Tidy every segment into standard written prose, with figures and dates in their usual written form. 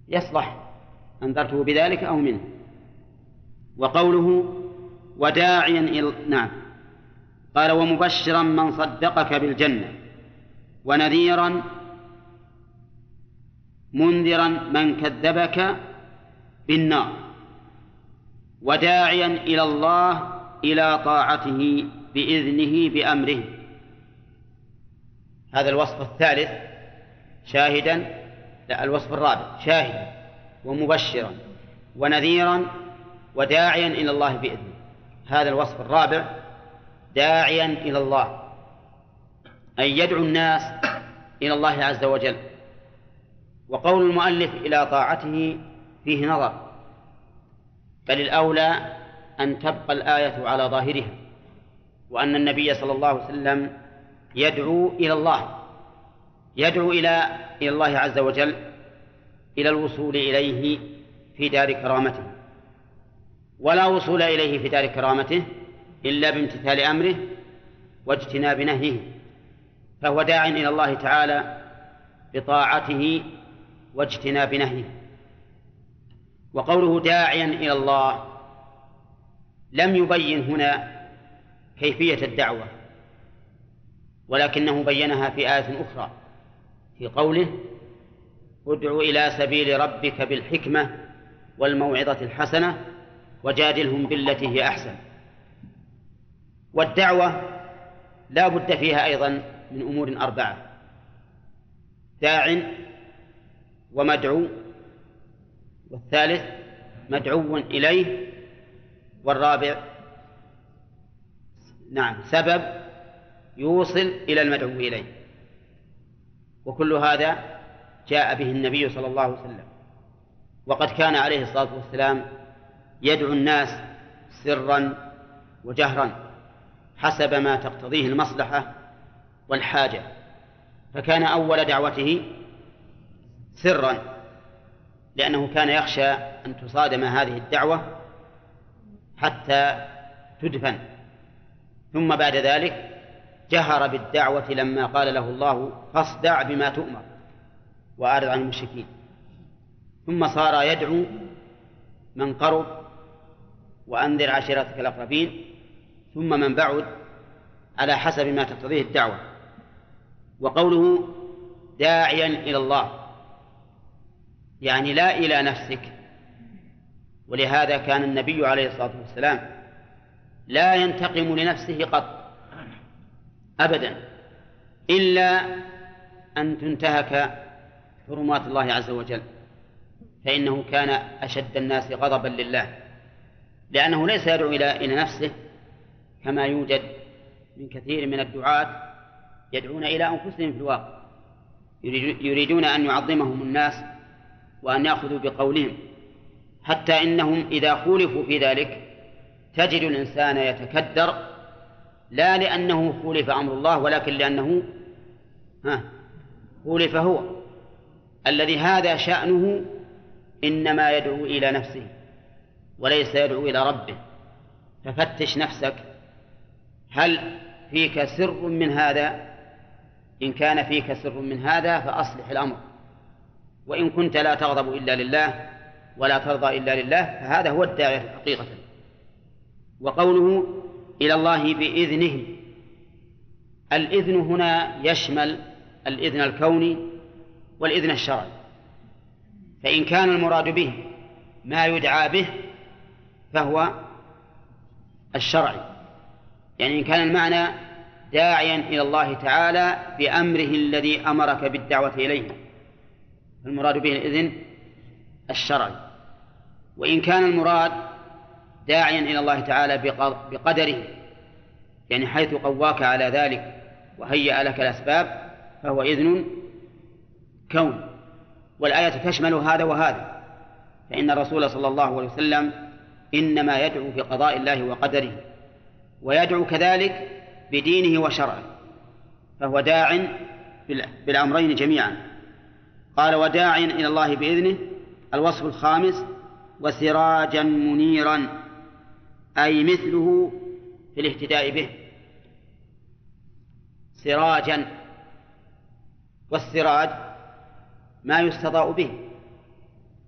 يصلح أنذرته بذلك أو منه. وقوله وداعيا إلى نعم قال ومبشرا من صدقك بالجنة ونذيرا منذرا من كذبك بالنار وداعيا إلى الله إلى طاعته بإذنه بأمره. هذا الوصف الثالث شاهدا الوصف الرابع شاهدا ومبشرا ونذيرا وداعيا إلى الله بإذنه. هذا الوصف الرابع داعيا إلى الله أي يدعو الناس إلى الله عز وجل. وقول المؤلف إلى طاعته فيه نظر، بل الأولى أن تبقى الآية على ظاهرها، وأن النبي صلى الله عليه وسلم يدعو إلى الله، يدعو إلى الله عز وجل إلى الوصول إليه في دار كرامته، ولا وصول إليه في دار كرامته إلا بامتثال أمره واجتناب نهيه، فهو داع إلى الله تعالى بطاعته واجتناب نهيه. وقوله داعيا إلى الله لم يبين هنا كيفية الدعوة، ولكنه بينها في آية أخرى في قوله ادع إلى سبيل ربك بالحكمة والموعظة الحسنة وجادلهم بالتي هي أحسن. والدعوة لا بد فيها أيضا من أمور أربعة: داع ومدعو، والثالث مدعو إليه، والرابع سبب يوصل إلى المدعو إليه. وكل هذا جاء به النبي صلى الله عليه وسلم، وقد كان عليه الصلاة والسلام يدعو الناس سرا وجهرا حسب ما تقتضيه المصلحة والحاجة، فكان أول دعوته سرا لأنه كان يخشى أن تصادم هذه الدعوة حتى تدفن، ثم بعد ذلك جهر بالدعوة لما قال له الله فاصدع بما تؤمر وأعرض عن المشركين، ثم صار يدعو من قرب وأنذر عشيرتك الأقربين، ثم من بعد على حسب ما تقتضيه الدعوة. وقوله داعيا إلى الله يعني لا إلى نفسك، ولهذا كان النبي عليه الصلاة والسلام لا ينتقم لنفسه قط أبدا إلا أن تنتهك حرمات الله عز وجل، فإنه كان أشد الناس غضبا لله، لأنه ليس يدعو إلى نفسه كما يوجد من كثير من الدعاة يدعون إلى أنفسهم في الواقع، يريدون أن يعظمهم الناس وأن يأخذوا بقولهم، حتى إنهم إذا خولفوا في ذلك تجد الإنسان يتكدر لا لأنه خولف أمر الله ولكن لأنه خولف هو الذي هذا شأنه، إنما يدعو إلى نفسه وليس يدعو إلى ربه. ففتش نفسك هل فيك سر من هذا؟ إن كان فيك سر من هذا فأصلح الأمر، وإن كنت لا تغضب إلا لله ولا ترضى إلا لله فهذا هو الداعي حقيقة. وقوله إلى الله بإذنه، الإذن هنا يشمل الإذن الكوني والإذن الشرعي، فإن كان المراد به ما يدعى به فهو الشرعي، يعني إن كان المعنى داعيا إلى الله تعالى بأمره الذي أمرك بالدعوة إليه المراد به الإذن الشرعي. وإن كان المراد داعيا إلى الله تعالى بقدره، يعني حيث قواك على ذلك وهيأ لك الأسباب، فهو إذن كون. والآية تشمل هذا وهذا، فإن الرسول صلى الله عليه وسلم إنما يدعو بقضاء الله وقدره، ويدعو كذلك بدينه وشرعه، فهو داع بالأمرين جميعا. قال وداعيا إلى الله بإذنه. الوصف الخامس وسراجا منيرا، أي مثله في الاهتداء به، سراجا، والسراج ما يستضاء به،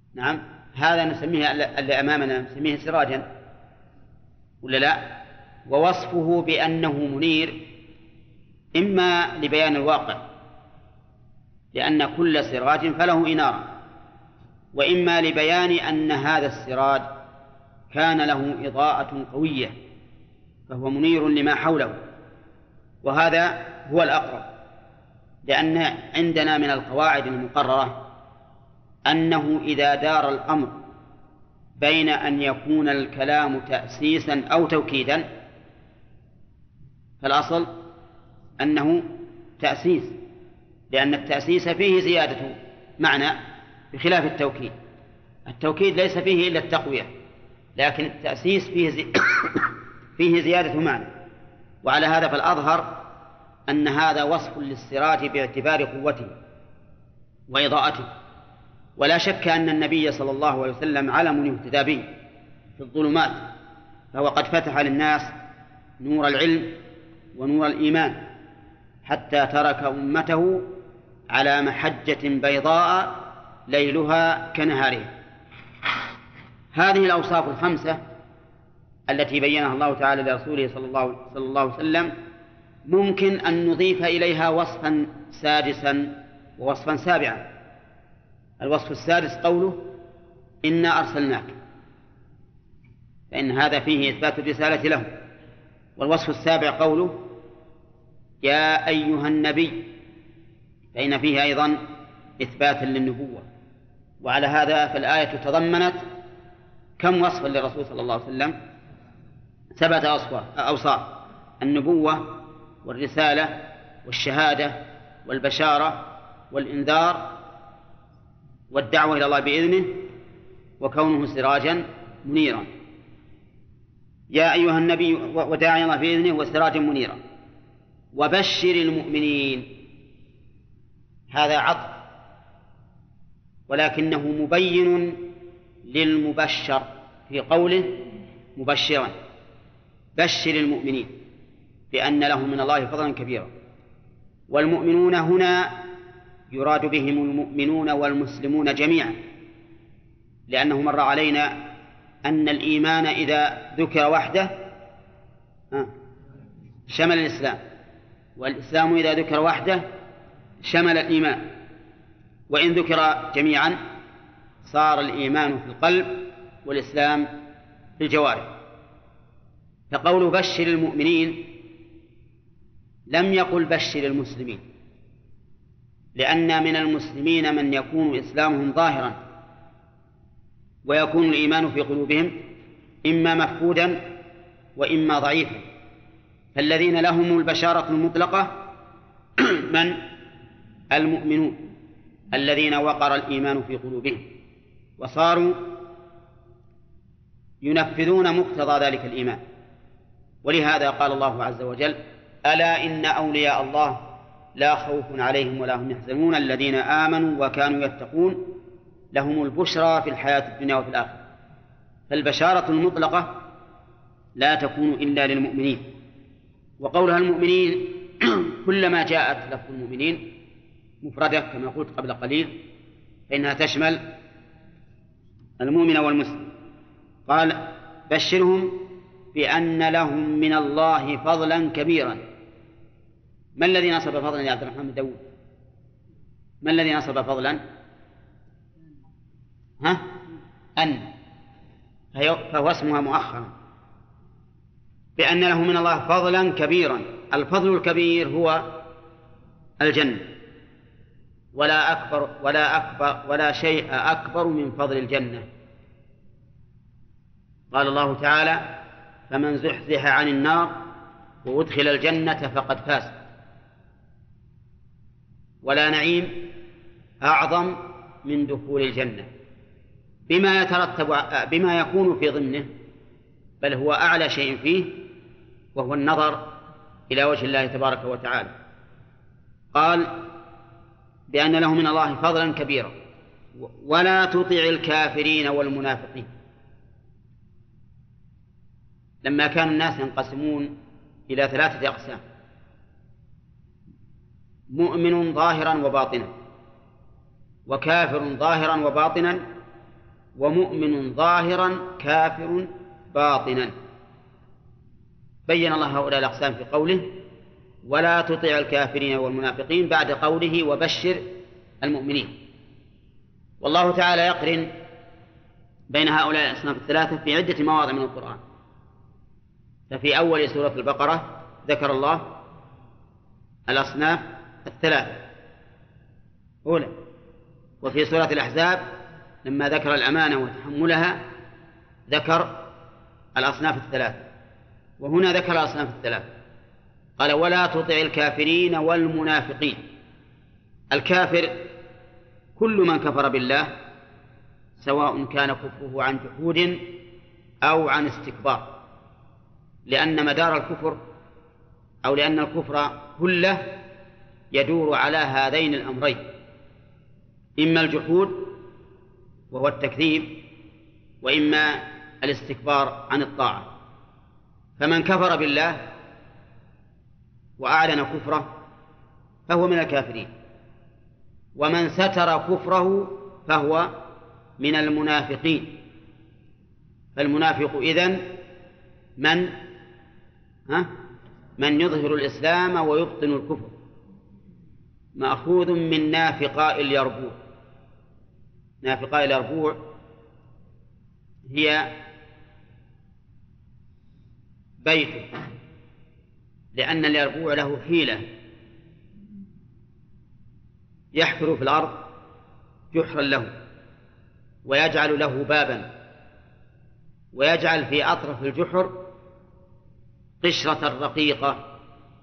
نعم، هذا نسميه اللي أمامنا نسميه سراجا ولا لا؟ ووصفه بأنه منير إما لبيان الواقع لأن كل سراج فله إنارة، وإما لبيان أن هذا السراج كان له إضاءة قوية فهو منير لما حوله. وهذا هو الأقرب، لأن عندنا من القواعد المقررة أنه إذا دار الأمر بين أن يكون الكلام تأسيسا أو توكيدا فالأصل أنه تأسيس، لأن التأسيس فيه زيادة معنى بخلاف التوكيد. التوكيد ليس فيه إلا التقوية، لكن التأسيس فيه زيادة معنى. وعلى هذا فالأظهر أن هذا وصف للسراج باعتبار قوته وإضاءته. ولا شك أن النبي صلى الله عليه وسلم علم يهتدى به في الظلمات، فهو قد فتح للناس نور العلم ونور الإيمان حتى ترك أمته على محجة بيضاء ليلها كنهارها. هذه الأوصاف الخمسة التي بينها الله تعالى لرسوله صلى الله عليه وسلم ممكن أن نضيف إليها وصفا سادسا ووصفا سابعا. الوصف السادس قوله إنا أرسلناك، فإن هذا فيه إثبات الرسالة له. والوصف السابع قوله يا أيها النبي، فإن فيه أيضا إثباتا للنبوة. وعلى هذا فالآية تضمنت كم وصفا للرسول صلى الله عليه وسلم؟ 7 أوصاف: النبوة والرسالة والشهادة والبشارة والإنذار والدعوة إلى الله بإذنه وكونه سراجا منيرا. يا أيها النبي وداعي الله بإذنه وسراجا منيرا وبشر المؤمنين. هذا عطف ولكنه مبين للمبشر في قوله مبشرا. بشر المؤمنين بأن لهم من الله فضلا كبيرا. والمؤمنون هنا يراد بهم المؤمنون والمسلمون جميعا، لأنه مر علينا أن الإيمان إذا ذكر وحده شمل الإسلام، والإسلام إذا ذكر وحده شمل الإيمان، وإن ذكر جميعا صار الإيمان في القلب والإسلام في الجوارح. فقول بشر المؤمنين لم يقل بشر المسلمين، لأن من المسلمين من يكون إسلامهم ظاهرا ويكون الإيمان في قلوبهم إما مفقودا وإما ضعيفا. فالذين لهم البشارة المطلقة من المؤمنون الذين وقر الإيمان في قلوبهم وصاروا ينفذون مقتضى ذلك الإيمان. ولهذا قال الله عز وجل ألا إن أولياء الله لا خوف عليهم ولا هم يحزنون الذين آمنوا وكانوا يتقون لهم البشرى في الحياة الدنيا وفي الآخرة. فالبشارة المطلقة لا تكون إلا للمؤمنين. وقولها المؤمنين كلما جاءت لفظ المؤمنين مفردة كما قلت قبل قليل فإنها تشمل المؤمن والمسلم. قال بشرهم بأن لهم من الله فضلا كبيرا. ما الذي نصب فضلا يا عبد الرحمن بن داود؟ ما الذي نصب فضلا؟ أن، فهو اسمها مؤخرا. بأن له من الله فضلا كبيرا. الفضل الكبير هو الجنة، ولا شيء أكبر من فضل الجنة. قال الله تعالى فمن زحزح عن النار وأدخل الجنة فقد فاز. ولا نعيم أعظم من دخول الجنة بما يكون في ضمنه، بل هو أعلى شيء فيه وهو النظر إلى وجه الله تبارك وتعالى. قال بأن له من الله فضلا كبيرا ولا تطع الكافرين والمنافقين. لما كان الناس ينقسمون إلى 3 أقسام: مؤمن ظاهرا وباطنا، وكافر ظاهرا وباطنا، ومؤمن ظاهرا كافر باطنا. بين الله هؤلاء الأقسام في قوله ولا تطع الكافرين والمنافقين بعد قوله وبشر المؤمنين. والله تعالى يقرن بين هؤلاء الأصناف الثلاثة في عدة مواضع من القرآن. ففي أول سورة البقرة ذكر الله الأصناف الثلاثة أولى، وفي سورة الأحزاب لما ذكر الأمانة وتحملها ذكر الأصناف الثلاثة، وهنا ذكر الأصناف الثلاثة قال ولا تطع الكافرين والمنافقين. الكافر كل من كفر بالله سواء كان كفره عن جحود أو عن استكبار، لأن مدار الكفر أو لأن الكفر كله يدور على هذين الأمرين، إما الجحود وهو التكذيب، وإما الاستكبار عن الطاعة. فمن كفر بالله وأعلن كفره فهو من الكافرين، ومن ستر كفره فهو من المنافقين. فالمنافق إذن من يظهر الإسلام ويبطن الكفر، مأخوذ من نافقاء اليربوع. نافقاء اليربوع هي بيته، لأن اليربوع له حيلة، يحفر في الأرض جحرا له ويجعل له بابا، ويجعل في أطرف الجحر قشرة رقيقة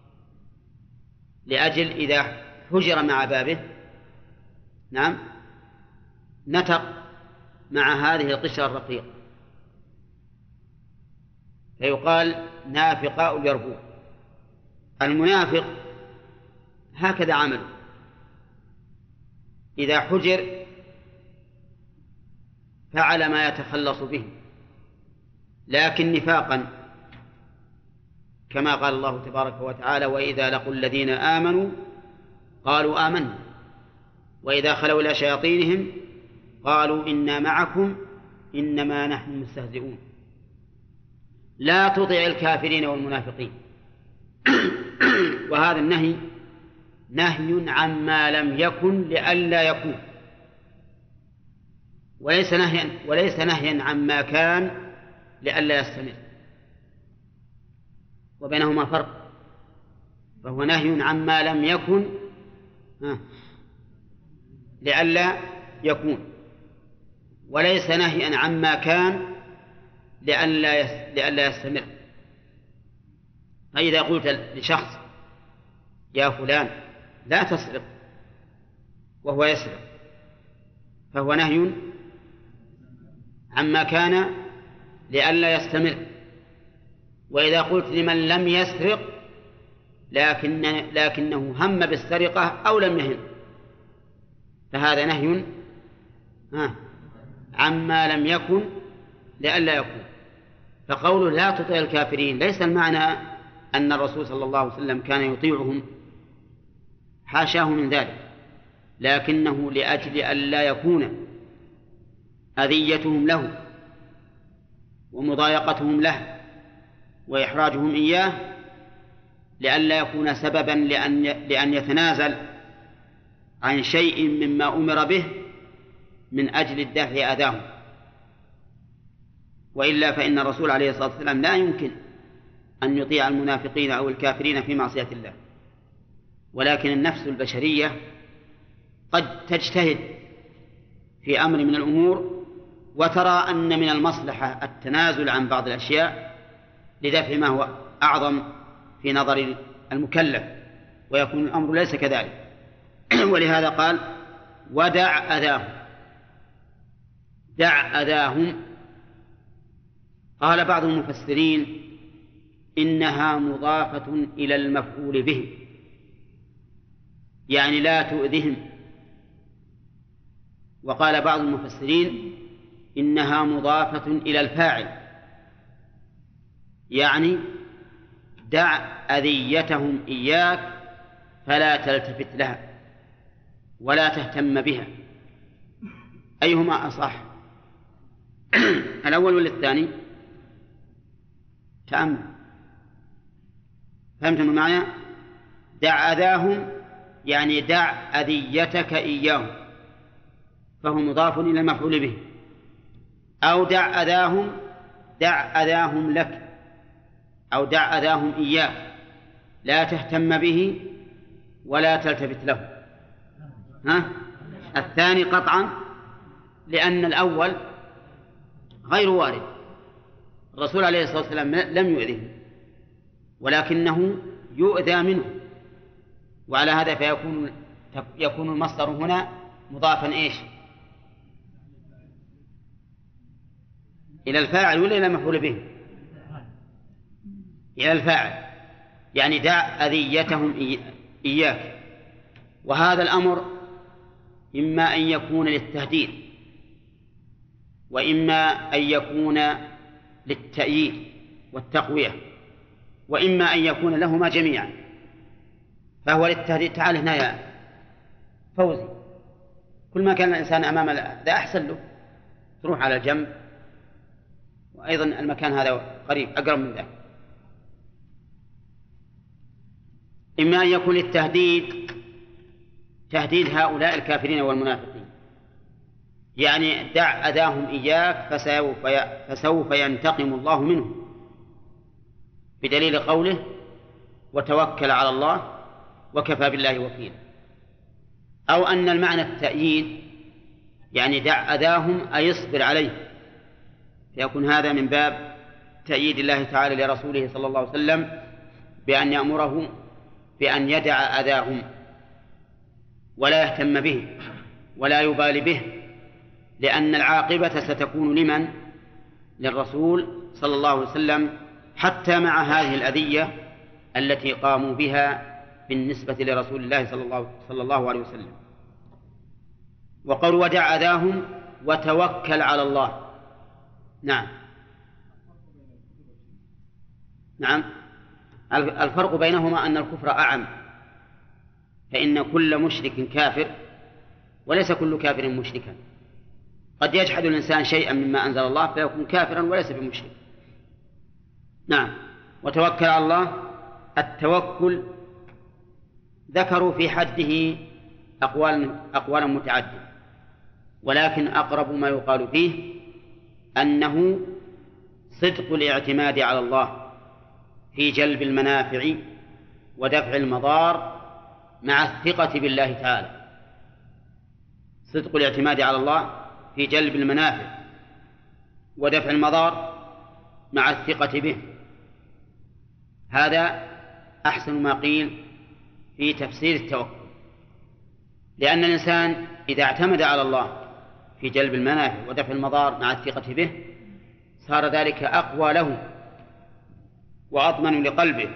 لأجل إذا حجر مع بابه نتق مع هذه القشرة الرقيقة، فيقال نافقاء اليربوع. المنافق هكذا عمله، إذا حجر فعل ما يتخلص به، لكن نفاقا، كما قال الله تبارك وتعالى وإذا لقوا الذين آمنوا قالوا آمنا وإذا خلوا إلى شياطينهم قالوا إنا معكم إنما نحن مستهزئون. لا تطع الكافرين والمنافقين. وهذا النهي نهي عما لم يكن لئلا يكون، وليس نهيا عما كان لئلا يستمر، وبينهما فرق. فهو نهي عما لم يكن لئلا يكون، وليس نهيا عما كان لئلا يستمر. فإذا قلت لشخص يا فلان لا تسرق وهو يسرق فهو نهي عما كان لئلا يستمر. وإذا قلت لمن لم يسرق لكنه هم بالسرقة أو لم يهم فهذا نهي عما لم يكن لئلا يكون. فقوله لا تطع الكافرين ليس المعنى أن الرسول صلى الله عليه وسلم كان يطيعهم، حاشاه من ذلك، لكنه لأجل أن لا يكون أذيتهم له ومضايقتهم له وإحراجهم إياه لئلا يكون سببا لأن يتنازل عن شيء مما أمر به من أجل الدفع أذاهم. وإلا فإن الرسول عليه الصلاة والسلام لا يمكن أن يطيع المنافقين أو الكافرين في معصية الله، ولكن النفس البشرية قد تجتهد في أمر من الأمور وترى أن من المصلحة التنازل عن بعض الأشياء لدفع ما هو أعظم في نظر المكلف، ويكون الأمر ليس كذلك. ولهذا قال ودع أذاهم. دع أذاهم. قال بعض المفسرين إنها مضافة إلى المفعول به، يعني لا تؤذهم. وقال بعض المفسرين إنها مضافة إلى الفاعل، يعني دع أذيتهم إياك فلا تلتفت لها ولا تهتم بها. أيهما أصح؟ الأول ولا الثاني؟ تأمل. فهمتم المعنى؟ دع أذاهم يعني دع أذيتك إياهم، فهو مضاف إلى المفعول به. أو دع أذاهم، دع أذاهم لك، أو دع أذاهم إياك، لا تهتم به ولا تلتفت له. الثاني قطعا، لأن الأول غير وارد. الرسول عليه الصلاة والسلام لم يؤذه، ولكنه يؤذى منه، وعلى هذا فيكون المصدر هنا مضافا إيش؟ إلى الفاعل ولا إلى المفعول به؟ إلى الفاعل، يعني دع أذيتهم إياك. وهذا الأمر إما أن يكون للتهديد، وإما أن يكون للتأييد والتقوية، وإما أن يكون لهما جميعا. فهو للتهديد، تعال هنا يا فوزي، كل ما كان الإنسان أمام ذا أحسن له، تروح على الجنب، وأيضا المكان هذا قريب أقرب من ذاك. إما أن يكون للتهديد، تهديد هؤلاء الكافرين والمنافقين، يعني دع أذاهم إياك فسوف ينتقم الله منهم، بدليل قوله وتوكل على الله وكفى بالله وكيلا. أو أن المعنى التأييد، يعني دع أذاهم أي اصبر عليه، فيكون هذا من باب تأييد الله تعالى لرسوله صلى الله عليه وسلم بأن يأمره بأن يدع أذاهم ولا يهتم به ولا يبالي به، لأن العاقبة ستكون لمن؟ للرسول صلى الله عليه وسلم، حتى مع هذه الأذية التي قاموا بها بالنسبة لرسول الله صلى الله عليه وسلم. وقال ودع أذاهم وتوكل على الله. نعم الفرق بينهما أن الكفر أعم، فإن كل مشرك كافر، وليس كل كافر مشركا. قد يجحد الإنسان شيئا مما أنزل الله فيكون كافرا وليس بمشرك. نعم. وتوكل على الله، التوكل ذكروا في حده أقوالا متعددة، ولكن أقرب ما يقال فيه أنه صدق الاعتماد على الله في جلب المنافع ودفع المضار مع الثقة بالله تعالى. صدق الاعتماد على الله في جلب المنافع ودفع المضار مع الثقة به، هذا أحسن ما قيل في تفسير التوكل. لأن الإنسان إذا اعتمد على الله في جلب المنافع ودفع المضار مع الثقة به صار ذلك أقوى له وأضمن لقلبه.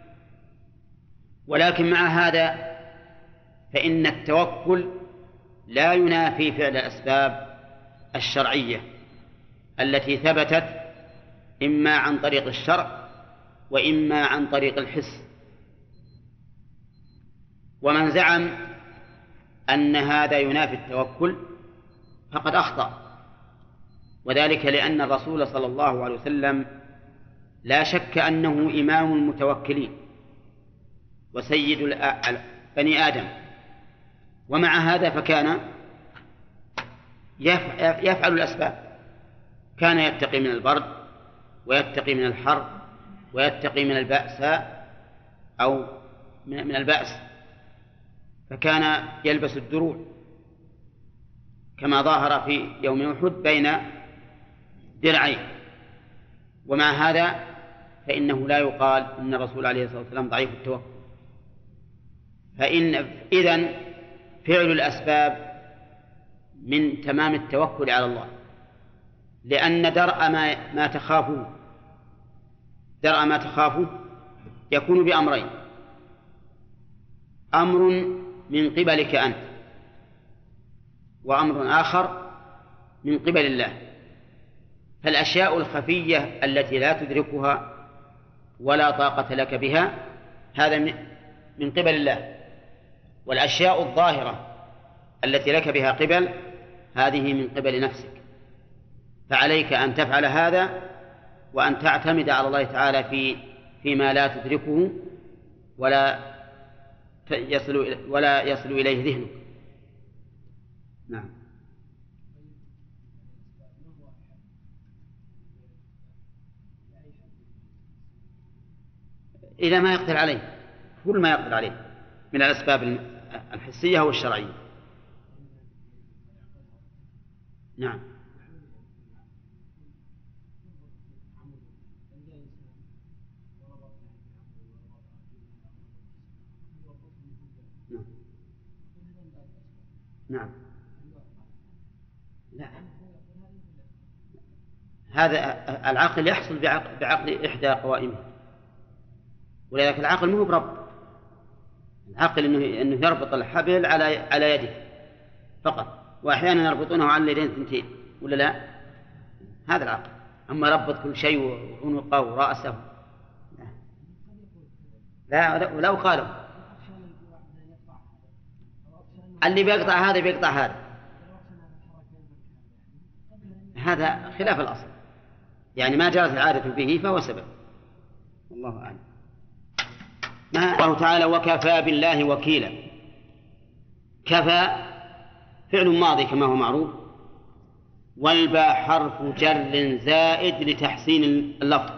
ولكن مع هذا فإن التوكل لا ينافي فعل الأسباب الشرعية التي ثبتت إما عن طريق الشرع وإما عن طريق الحس. ومن زعم أن هذا ينافي التوكل فقد أخطأ، وذلك لأن الرسول صلى الله عليه وسلم لا شك أنه إمام المتوكلين وسيد بني آدم، ومع هذا فكان يفعل الأسباب. كان يتقي من البرد ويتقي من الحر ويتقي من البأساء أو من البأس، فكان يلبس الدروع كما ظاهر في يوم أحد بين درعين. ومع هذا فإنه لا يقال إن الرسول عليه الصلاة والسلام ضعيف التوكل. إذن فعل الأسباب من تمام التوكل على الله، لأن درء ما تخافه يكون بأمرين: أمر من قبلك أنت، وأمر آخر من قبل الله. فالأشياء الخفية التي لا تدركها ولا طاقة لك بها هذا من قبل الله، والأشياء الظاهرة التي لك بها قبل هذه من قبل نفسك. فعليك أن تفعل هذا وأن تعتمد على الله تعالى فيما لا تدركه ولا يصل إليه ذهنك. نعم. إذا ما يقدر عليه كل ما يقدر عليه من الأسباب الحسية والشرعية. نعم. نعم. لا، هذا العقل يحصل بعقل إحدى قوائمه، ولذلك العقل مو برب. العقل إنه يربط الحبل على يده فقط، وأحيانا يربطونه على اليدين ثنتين، ولا لا؟ هذا العقل. أما ربط كل شيء وعنقه ورأسه لا، ولو قالوا اللي بيقطع هذا بيقطع هذا، هذا خلاف الأصل، يعني ما جرت العادة به فهو سبب. والله أعلم. الله تعالى وكفى بالله وكيلا. كفى فعل ماضي كما هو معروف، والباء حرف جر زائد لتحسين اللفظ،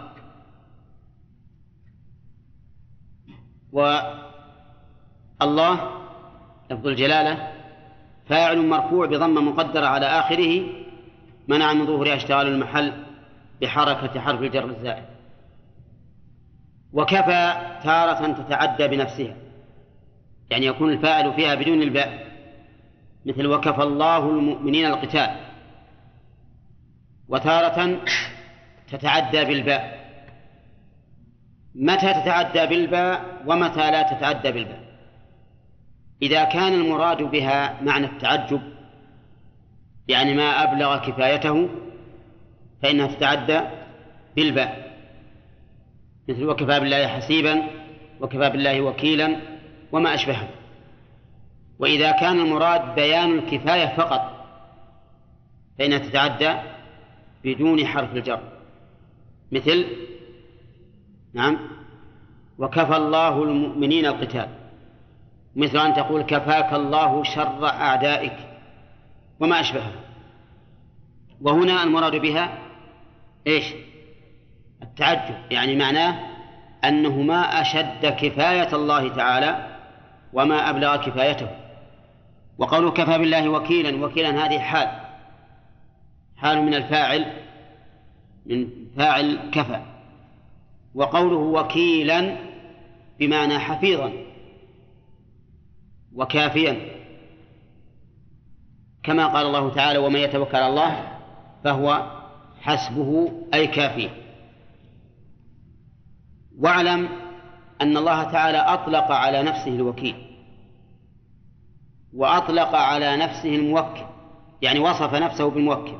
والله لفظ الجلالة فاعل مرفوع بضمة مقدرة على آخره منع من ظهورها اشتغال المحل بحركة حرف الجر الزائد. وكفى تارة تتعدى بنفسها، يعني يكون الفاعل فيها بدون الباء، مثل وكفى الله المؤمنين القتال. وتارة تتعدى بالباء. متى تتعدى بالباء ومتى لا تتعدى بالباء؟ إذا كان المراد بها معنى التعجب، يعني ما أبلغ كفايته، فإنها تتعدى بالباء، مثل وكفى بالله حسيبا، وكفى بالله وكيلا، وما أشبهه. وإذا كان المراد بيان الكفاية فقط فإنها تتعدى بدون حرف الجر، مثل نعم وكفى الله المؤمنين القتال، مثل أن تقول كفاك الله شر أعدائك، وما أشبهه. وهنا المراد بها إيش؟ التعجب، يعني معناه أنه ما أشد كفاية الله تعالى وما أبلغ كفايته. وقوله كفى بالله وكيلا، وكيلا هذه حال من الفاعل، من فاعل كفى. وقوله وكيلا بمعنى حفيظا وكافيا، كما قال الله تعالى ومن يتوكل على الله فهو حسبه أي كافيه. واعلم أن الله تعالى أطلق على نفسه الوكيل وأطلق على نفسه الموكل، يعني وصف نفسه بالموكل.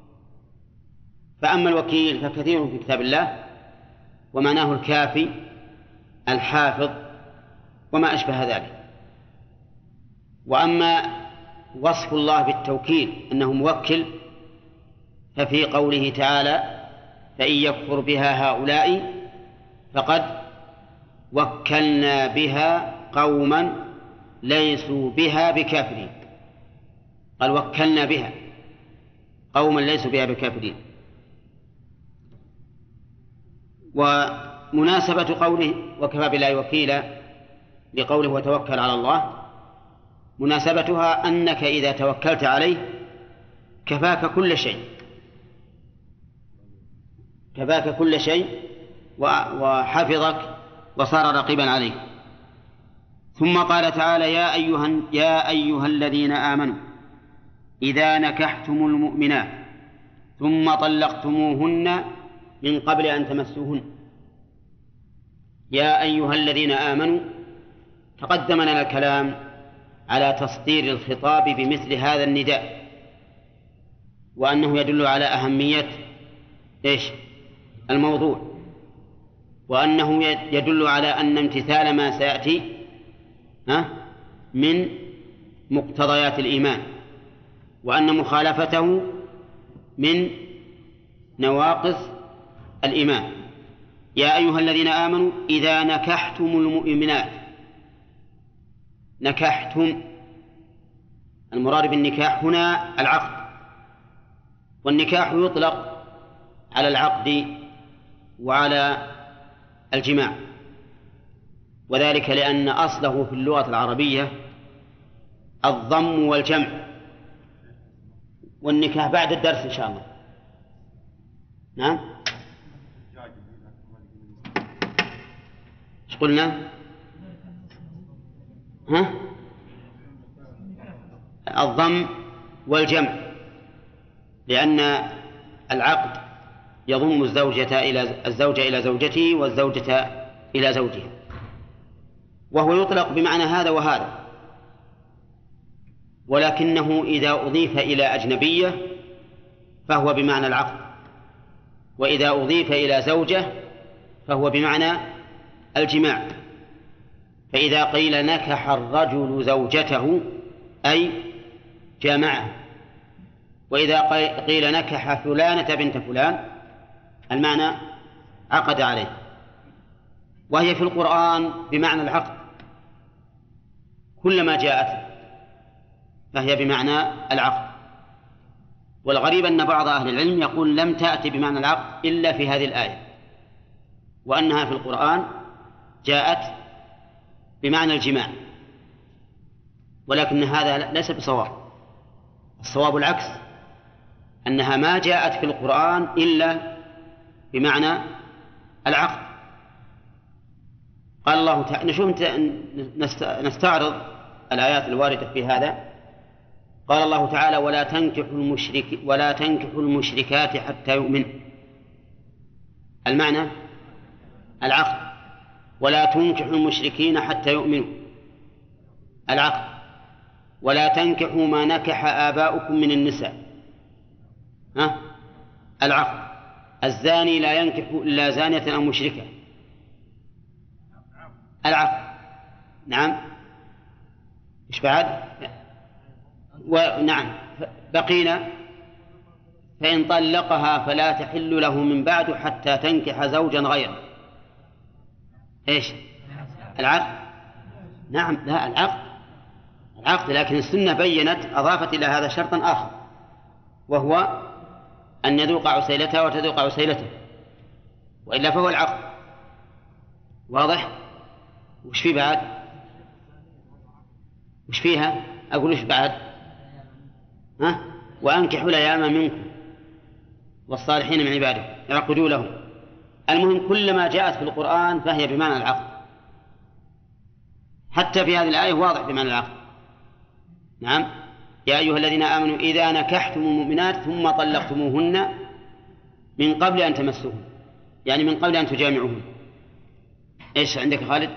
فأما الوكيل فكثير في كتاب الله، ومعناه الكافي الحافظ وما أشبه ذلك. وأما وصف الله بالتوكيل أنه موكل ففي قوله تعالى فإن يكفر بها هؤلاء فقد وكلنا بها قوما ليسوا بها بكافرين. قال وكلنا بها قوما ليسوا بها بكافرين. ومناسبة قوله وكفى بالله وكيلا لقوله وتوكل على الله، مناسبتها أنك إذا توكلت عليه كفاك كل شيء، كفاك كل شيء وحفظك وصار رقيبا عليك. ثم قال تعالى يا أيها الذين آمنوا إذا نكحتم المؤمنات ثم طلقتموهن من قبل أن تمسوهن. يا أيها الذين آمنوا، تقدم لنا الكلام على تصدير الخطاب بمثل هذا النداء، وأنه يدل على أهمية الموضوع، وأنه يدل على أن امتثال ما سيأتي من مقتضيات الإيمان، وأن مخالفته من نواقص الإيمان. يا أيها الذين آمنوا إذا نكحتم المؤمنات. نكحتم، المراد بالنكاح هنا العقد، والنكاح يطلق على العقد وعلى الجماع، وذلك لأن أصله في اللغة العربية الضم والجمع. والنكاح بعد الدرس إن شاء الله. نعم، ايش قلنا؟ الضم والجمع، لأن العقد يضم الزوجة إلى زوجته والزوجة إلى زوجها، وهو يطلق بمعنى هذا وهذا، ولكنه إذا أضيف إلى أجنبية فهو بمعنى العقد، وإذا أضيف إلى زوجة فهو بمعنى الجماع. فإذا قيل نكح الرجل زوجته أي جامعه، وإذا قيل نكح فلانة بنت فلان المعنى عقد عليه، وهي في القرآن بمعنى العقد كلما جاءت فهي بمعنى العقد. والغريب أن بعض أهل العلم يقول لم تأتي بمعنى العقد إلا في هذه الآية، وأنها في القرآن جاءت بمعنى الجماع، ولكن هذا ليس بصواب. الصواب العكس، أنها ما جاءت في القرآن إلا بمعنى العقد. قال الله تعالى، نستعرض الآيات الواردة في هذا. قال الله تعالى ولا تنكحوا المشركات حتى يؤمنوا، المعنى العقد. ولا تنكحوا المشركين حتى يؤمنوا، العقد. ولا تنكحوا ما نكح آباؤكم من النساء، العقد. الزاني لا ينكح إلا زانية أو مشركة، العقد. نعم، إيش بعد؟ ونعم، بقينا فإن طلقها فلا تحل له من بعد حتى تنكح زوجا غيره، إيش؟ العقد. نعم، لا، العقد، لكن السنة بينت أضافت إلى هذا شرطا آخر، وهو أن يذوق عسيلتها وتذوق عسيلته، وإلا فهو العقد. واضح؟ وش في بعد؟ وش فيها؟ أقول وش بعد؟ وأنكحوا الأيام منكم والصالحين من عباده يعقدوا لهم. المهم كلما جاءت في القرآن فهي بمعنى العقد، حتى في هذه الآية واضح بمعنى العقد. نعم، يا أيها الذين آمنوا إذا نكحتم المؤمنات ثم طلقتموهن من قبل أن تمسوهن، يعني من قبل أن تجامعوهن. إيش عندك خالد؟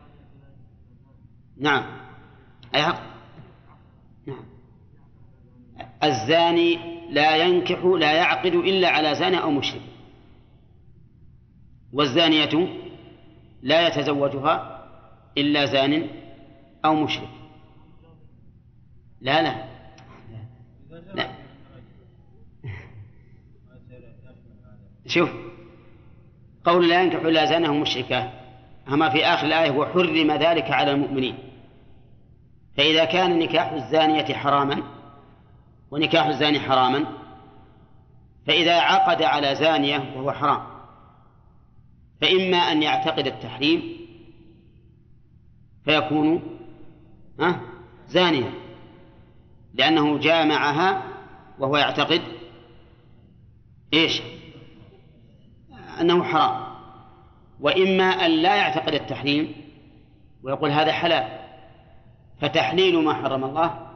نعم، أي عقد. نعم، الزاني لا يعقد إلا على زاني أو مشرك، والزانية لا يتزوجها إلا زان أو مشرك. لا شوف، قول لا ينكح إلا زانه مشركة، أما في آخر الآية وحرم ذلك على المؤمنين. فإذا كان نكاح الزانية حراما ونكاح الزاني حراما، فإذا عقد على زانية وهو حرام، فإما أن يعتقد التحريم فيكون زانيا لأنه جامعها وهو يعتقد إيش؟ أنه حرام، وإما أن لا يعتقد التحريم ويقول هذا حلال، فتحليل ما حرم الله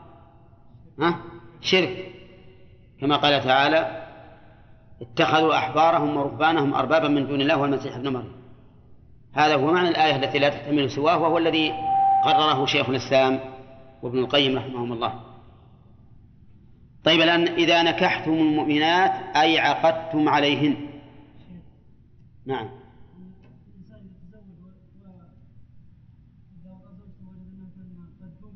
شرك، كما قال تعالى اتخذوا أحبارهم ورهبانهم أربابا من دون الله والمسيح ابن مريم. هذا هو معنى الآية التي لا تحتمل سواه، وهو الذي قرره شيخ الإسلام وابن القيم رحمهم الله. طيب، الآن إذا نكحتم المؤمنات أي عقدتم عليهن. نعم،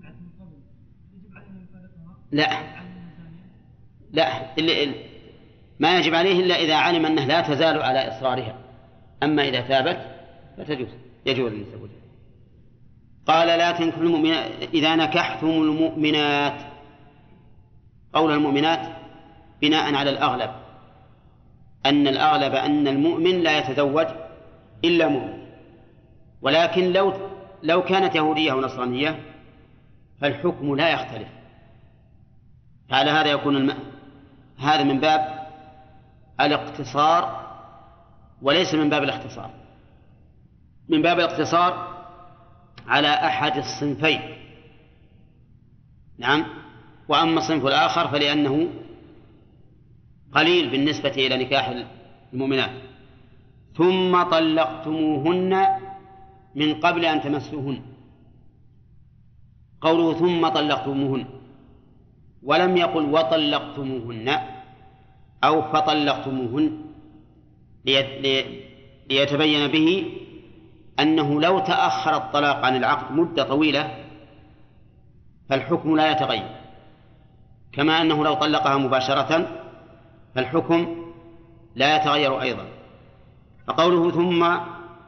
لا ما يجب عليه إلا إذا علم أنه لا تزال على إصرارها، أما إذا تابت فتجوز، يجوز للزوجين. قال لا تنكحوا المؤمنات إذا نكحتم المؤمنات. قول المؤمنات بناء على الأغلب، أن الأغلب أن المؤمن لا يتزوج إلا مؤمن، ولكن لو كانت يهودية أو نصرانية فالحكم لا يختلف. فعلى هذا يكون هذا من باب الاقتصار وليس من باب الاختصار، من باب الاقتصار على أحد الصنفين. نعم. وأما الصنف الآخر فلأنه قليل بالنسبة إلى نكاح المؤمنات. ثم طلقتموهن من قبل أن تمسوهن. قوله ثم طلقتموهن ولم يقل وطلقتموهن أو فطلقتموهن، ليتبين به أنه لو تأخر الطلاق عن العقد مدة طويلة فالحكم لا يتغير، كما أنه لو طلقها مباشرة فالحكم لا يتغير أيضا. فقوله ثم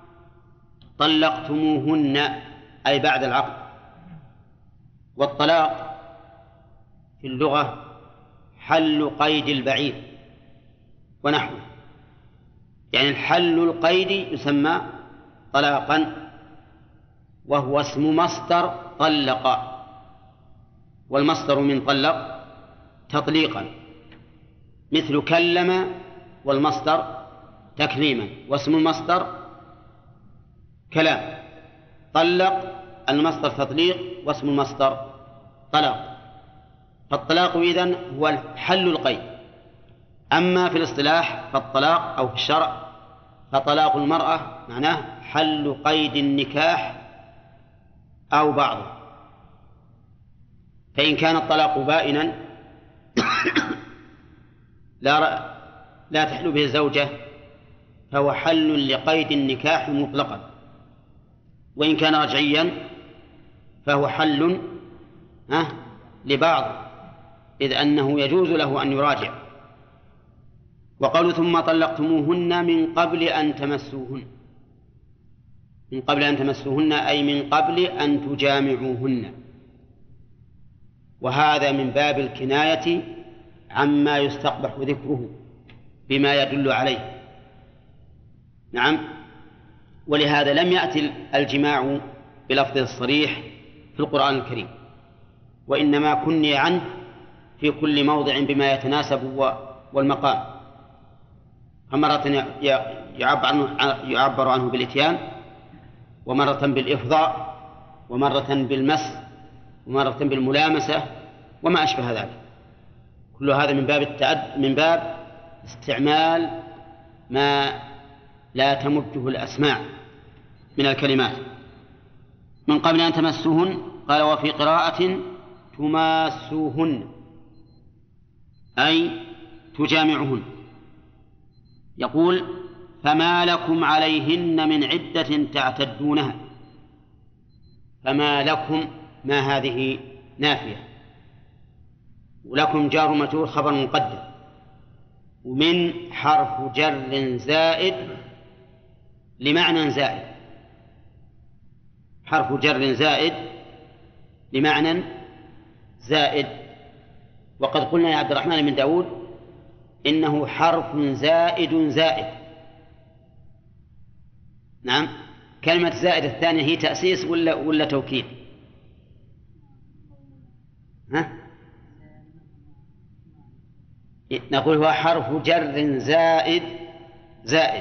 طلقتموهن أي بعد العقد. والطلاق في اللغة حل قيد البعير ونحوه، يعني الحل القيد يسمى طلاقا، وهو اسم مصدر طلق، والمصدر من طلق تطليقا، مثل كلم والمصدر تكليما، واسم المصدر كلام. طلق المصدر تطليق واسم المصدر طلاق. فالطلاق إذن هو حل القيد. أما في الاصطلاح فالطلاق أو في الشرع فطلاق المرأة معناه حل قيد النكاح أو بعضه. فإن كان الطلاق بائنا لا تحل به الزوجة فهو حل لقيد النكاح مطلقا، وإن كان رجعيا فهو حل لبعض، إذ أنه يجوز له أن يراجع. وقالوا ثم طلقتموهن من قبل أن تمسوهن. من قبل أن تمسوهن أي من قبل أن تجامعوهن، وهذا من باب الكناية عما يستقبح ذكره بما يدل عليه. نعم. ولهذا لم يأتي الجماع بلفظ الصريح في القرآن الكريم، وإنما كني عنه في كل موضع بما يتناسب والمقام. فمرة يعبر عنه بالإتيان، ومرة بالإفضاء، ومرة بالمس، ومرة بالملامسة، وما أشبه ذلك. كل هذا من باب استعمال ما لا تمده الأسماع من الكلمات. من قبل أن تمسوهن. قال وفي قراءة تماسوهن أي تجامعهن. يقول فما لكم عليهن من عدة تعتدونها. فما لكم، ما هذه نافية، ولكم جار مجرور خبر مقدم، ومن حرف جر زائد لمعنى زائد. حرف جر زائد لمعنى زائد. وقد قلنا يا عبد الرحمن بن داود إنه حرف زائد زائد. نعم. كلمة زائد الثانية هي تأسيس ولا توكيد؟ نقول هو حرف جر زائد زائد.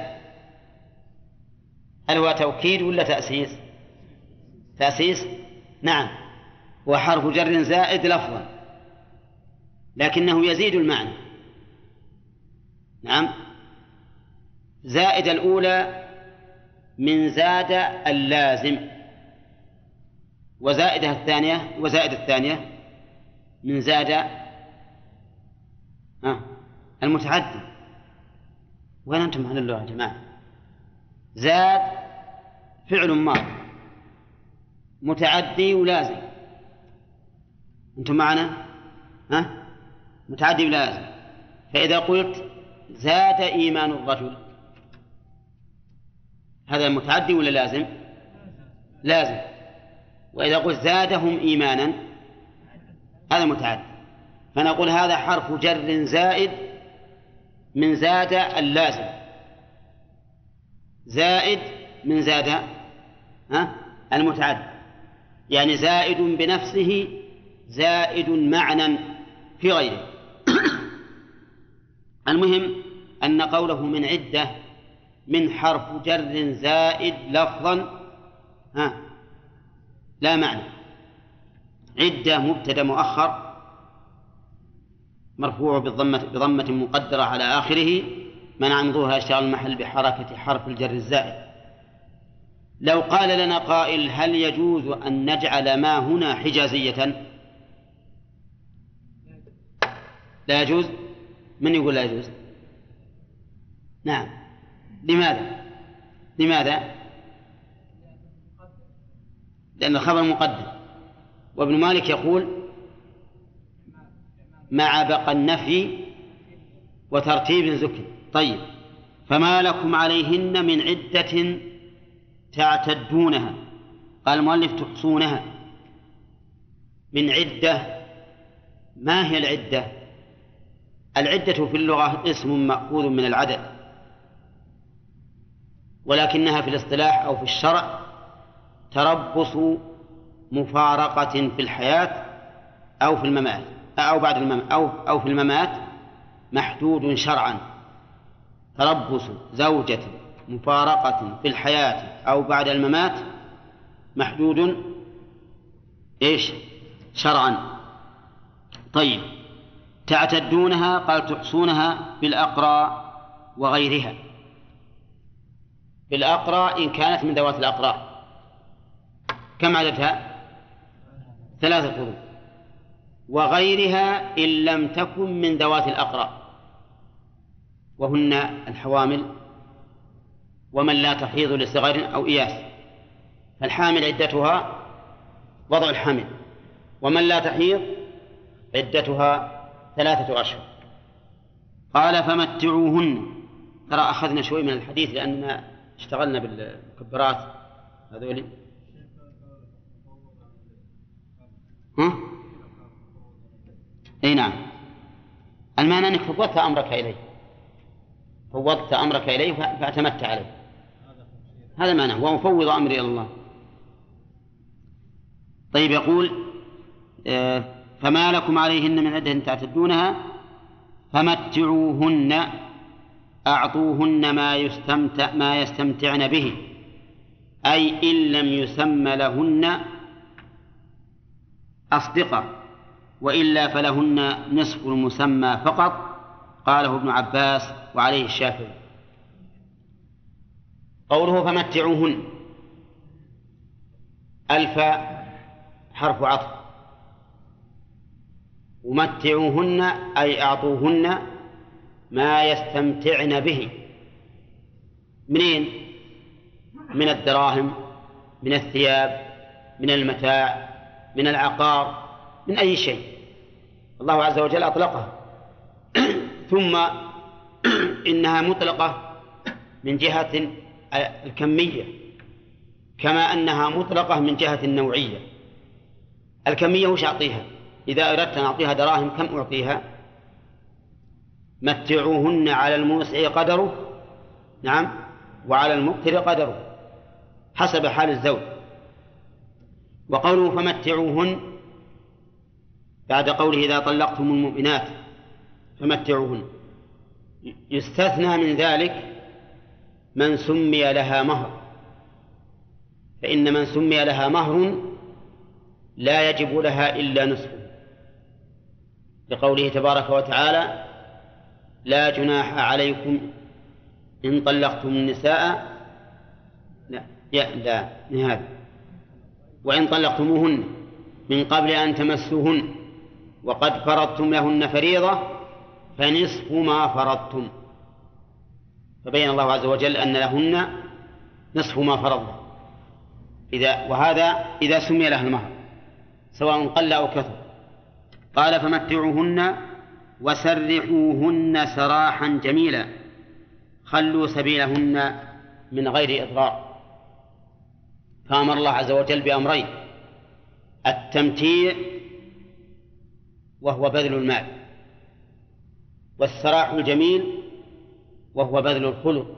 هل هو توكيد ولا تأسيس؟ تأسيس. نعم. هو حرف جر زائد لفظا لكنه يزيد المعنى. نعم. زائد الأولى من زاد اللازم، وزائد الثانية من زاد المتعدي. وين أنتم عن اللغة يا جماعة؟ زاد فعل ماضي متعدي ولازم. أنتم معنا؟ متعدي ولازم. فإذا قلت زاد إيمان الرجل، هذا متعدي ولا لازم؟ لازم. وإذا قلت زادهم إيمانا هذا متعدي، فنقول هذا حرف جر زائد من زاد اللازم، زائد من زاد المتعدي، يعني زائد بنفسه زائد معنى في غيره. المهم أن قوله من عدة من حرف جر زائد لفظا لا معنى. عدة مبتدأ مؤخر مرفوع بضمة مقدرة على آخره منع من ظهورها اشتغال المحل بحركة حرف الجر الزائد. لو قال لنا قائل هل يجوز أن نجعل ما هنا حجازية؟ لا يجوز. من يقول لا يجوز؟ نعم. لماذا؟ لأن الخبر مقدم، وابن مالك يقول مع بقى النفي وترتيب ذكر. طيب، فما لكم عليهن من عدة تعتدونها، قال المؤلف تحصونها. من عدة، ما هي العدة؟ العدة في اللغة اسم مأخوذ من العدد، ولكنها في الاصطلاح أو في الشرع تربص مفارقة في الحياة أو في الممات أو بعد الممات أو في الممات محدود شرعا. تربص زوجة مفارقة في الحياة أو بعد الممات محدود شرعا. طيب، تعتدونها قال تحصونها بالأقراء وغيرها. بالأقراء إن كانت من ذوات الأقراء، كم عددها؟ 3 قرون. وغيرها إن لم تكن من ذوات الأقراء، وهن الحوامل ومن لا تحيض لصغر أو إياس. فالحامل عدتها وضع الحمل، ومن لا تحيض عدتها 3 أشهر. قال فمتعوهن. ترى أخذنا شوي من الحديث لأننا اشتغلنا بالمكبرات هذولي. اي نعم، المعنى انك فوضت امرك اليه فاعتمدت عليه، هذا معنى، ومفوض امري الى الله. طيب، يقول فما لكم عليهن من عدة تعتدونها فمتعوهن، اعطوهن ما يستمتعن به، اي ان لم يسمى لهن أصدقاء، وإلا فلهن نصف المسمى فقط. قاله ابن عباس وعليه الشافعي. قوله فمتعوهن، ألف حرف عطف، ومتعوهن أي أعطوهن ما يستمتعن به. منين؟ من الدراهم، من الثياب، من المتاع، من العقار، من أي شيء الله عز وجل أطلقها. ثم إنها مطلقة من جهة الكمية كما أنها مطلقة من جهة النوعية. الكمية وش أعطيها؟ إذا أردت أن أعطيها دراهم كم أعطيها؟ متعوهن على الموسع قدره، نعم، وعلى المقتر قدره حسب حال الزوج. وقوله فمتعوهن بعد قوله إذا طلقتم المؤمنات فمتعوهن، يستثنى من ذلك من سمي لها مهر، فإن من سمي لها مهر لا يجب لها إلا نصفه، لقوله تبارك وتعالى لا جناح عليكم إن طلقتم النساء هذا وإن طلقتموهن من قبل أن تمسوهن وقد فرضتم لهن فريضة فنصف ما فرضتم. فبين الله عز وجل أن لهن نصف ما فرضنا، وهذا إذا سمي لها المهر سواء قل أو كثر. قال فمتعوهن وسرحوهن سراحا جميلا، خلوا سبيلهن من غير إضرار. فأمر الله عز وجل بأمرين: التمتيع وهو بذل المال، والسراح الجميل وهو بذل الخلق،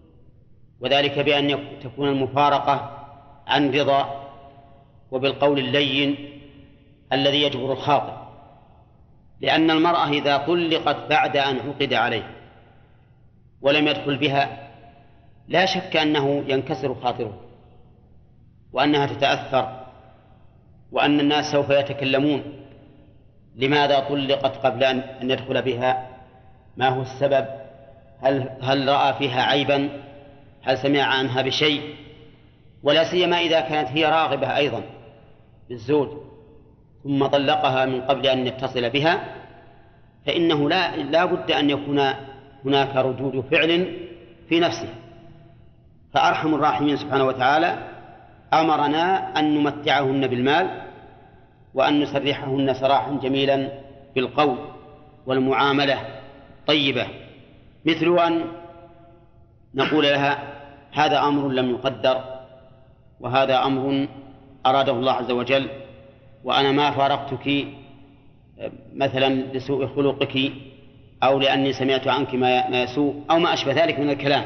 وذلك بأن تكون المفارقة عن رضا وبالقول اللين الذي يجبر الخاطر، لأن المرأة إذا طلقت بعد أن عقد عليه ولم يدخل بها لا شك أنه ينكسر خاطره، وأنها تتأثر، وأن الناس سوف يتكلمون: لماذا طلقت قبل أن يدخل بها؟ ما هو السبب؟ هل رأى فيها عيبا؟ هل سمع عنها بشيء؟ ولا سيما إذا كانت هي راغبة أيضا بالزوج ثم طلقها من قبل أن يتصل بها، فإنه لا بد أن يكون هناك ردود فعل في نفسه. فأرحم الراحمين سبحانه وتعالى أمرنا أن نمتعهن بالمال وأن نسرحهن سراحا جميلا بالقول والمعاملة طيبة، مثل أن نقول لها: هذا أمر لم يقدر، وهذا أمر أراده الله عز وجل، وأنا ما فارقتك مثلا لسوء خلقك أو لأني سمعت عنك ما يسوء أو ما أشبه ذلك من الكلام،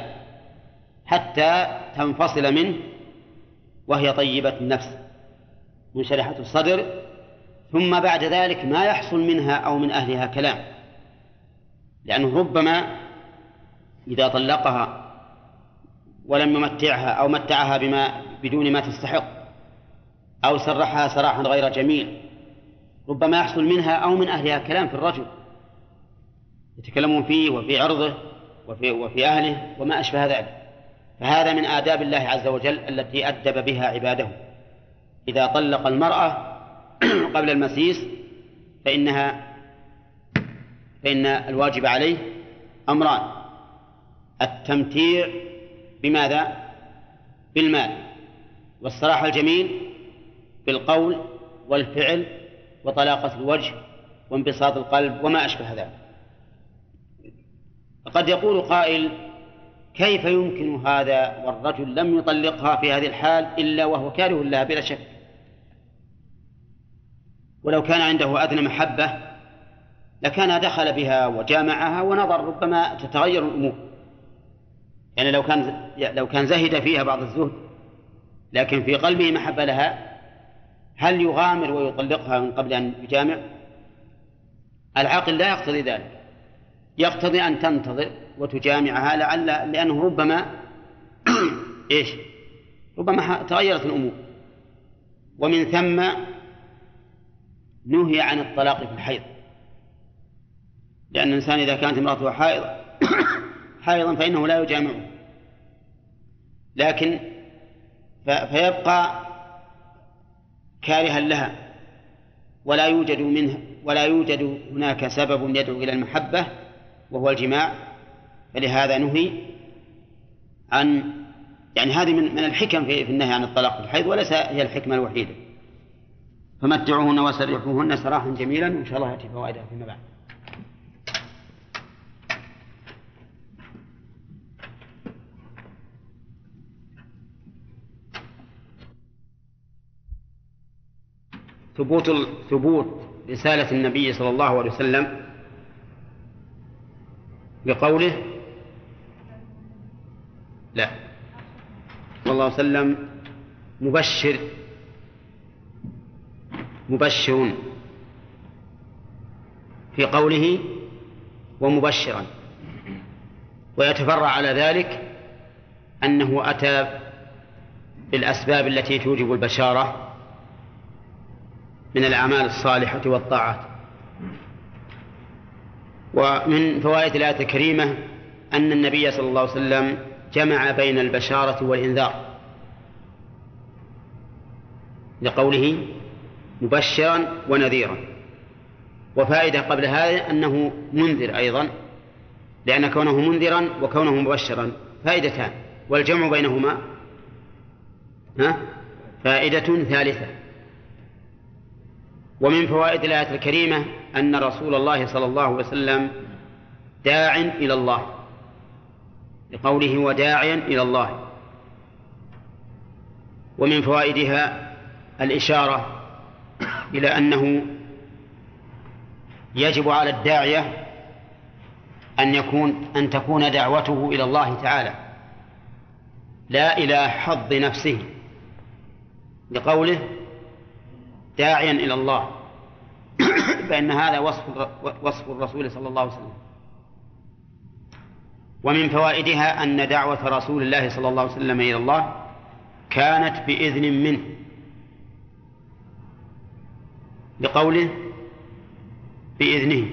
حتى تنفصل منه وهي طيبة النفس منشرحة الصدر، ثم بعد ذلك ما يحصل منها أو من أهلها كلام، لأنه ربما إذا طلقها ولم يمتعها أو متعها بدون ما تستحق أو سرحها سراحا غير جميل، ربما يحصل منها أو من أهلها كلام في الرجل يتكلمون فيه وفي عرضه وفي أهله وما أشبه ذلك. فهذا من آداب الله عز وجل التي أدب بها عباده: إذا طلق المرأة قبل المسيس فإن الواجب عليه أمران: التمتيع بماذا؟ بالمال، والسراح الجميل بالقول والفعل وطلاقة الوجه وانبساط القلب وما أشبه ذلك. قد يقول قائل: كيف يمكن هذا والرجل لم يطلقها في هذه الحال إلا وهو كاره لها بلا شك، ولو كان عنده أدنى محبة لكان دخل بها وجامعها ونظر، ربما تتغير الأمور. يعني لو كان زهد فيها بعض الزهد لكن في قلبه محبة لها، هل يغامر ويطلقها من قبل أن يجامع؟ العقل لا يقتضي ذلك، يقتضي أن تنتظر وتجامعها لأنه ربما ربما تغيرت الأمور. ومن ثم نهي عن الطلاق في الحيض، لأن الإنسان إذا كانت امرأته حائضا فإنه لا يجامعه، لكن فيبقى كارها لها ولا يوجد هناك سبب يدعو إلى المحبة وهو الجماع، فلهذا نهي عن هذه من الحكم في النهي عن الطلاق في الحيض، وليس هي الحكمة الوحيدة. فمتعوهن وسرحوهن سراحا جميلا، إن شاء الله يأتي فوائدها فيما بعد. ثبوت رسالة النبي صلى الله عليه وسلم بقوله لا صلى الله عليه وسلم مبشر في قوله ومبشرا، ويتفرع على ذلك أنه أتى بالأسباب التي توجب البشارة من الأعمال الصالحة والطاعات. ومن فوائد الآية الكريمة أن النبي صلى الله عليه وسلم جمع بين البشارة والإنذار لقوله مبشرا ونذيرا. وفائدة قبل هذا أنه منذر أيضا، لأن كونه منذرا وكونه مبشرا فائدتان، والجمع بينهما فائدة ثالثة، ومن فوائد الآية الكريمة أن رسول الله صلى الله عليه وسلم داع إلى الله، لقوله وداعيا إلى الله. ومن فوائدها الإشارة إلى أنه يجب على الداعية أن تكون دعوته إلى الله تعالى لا إلى حظ نفسه، لقوله داعيا إلى الله، فإن هذا وصف الرسول صلى الله عليه وسلم. ومن فوائدها أن دعوة رسول الله صلى الله عليه وسلم إلى الله كانت بإذن منه، لقوله بإذنه.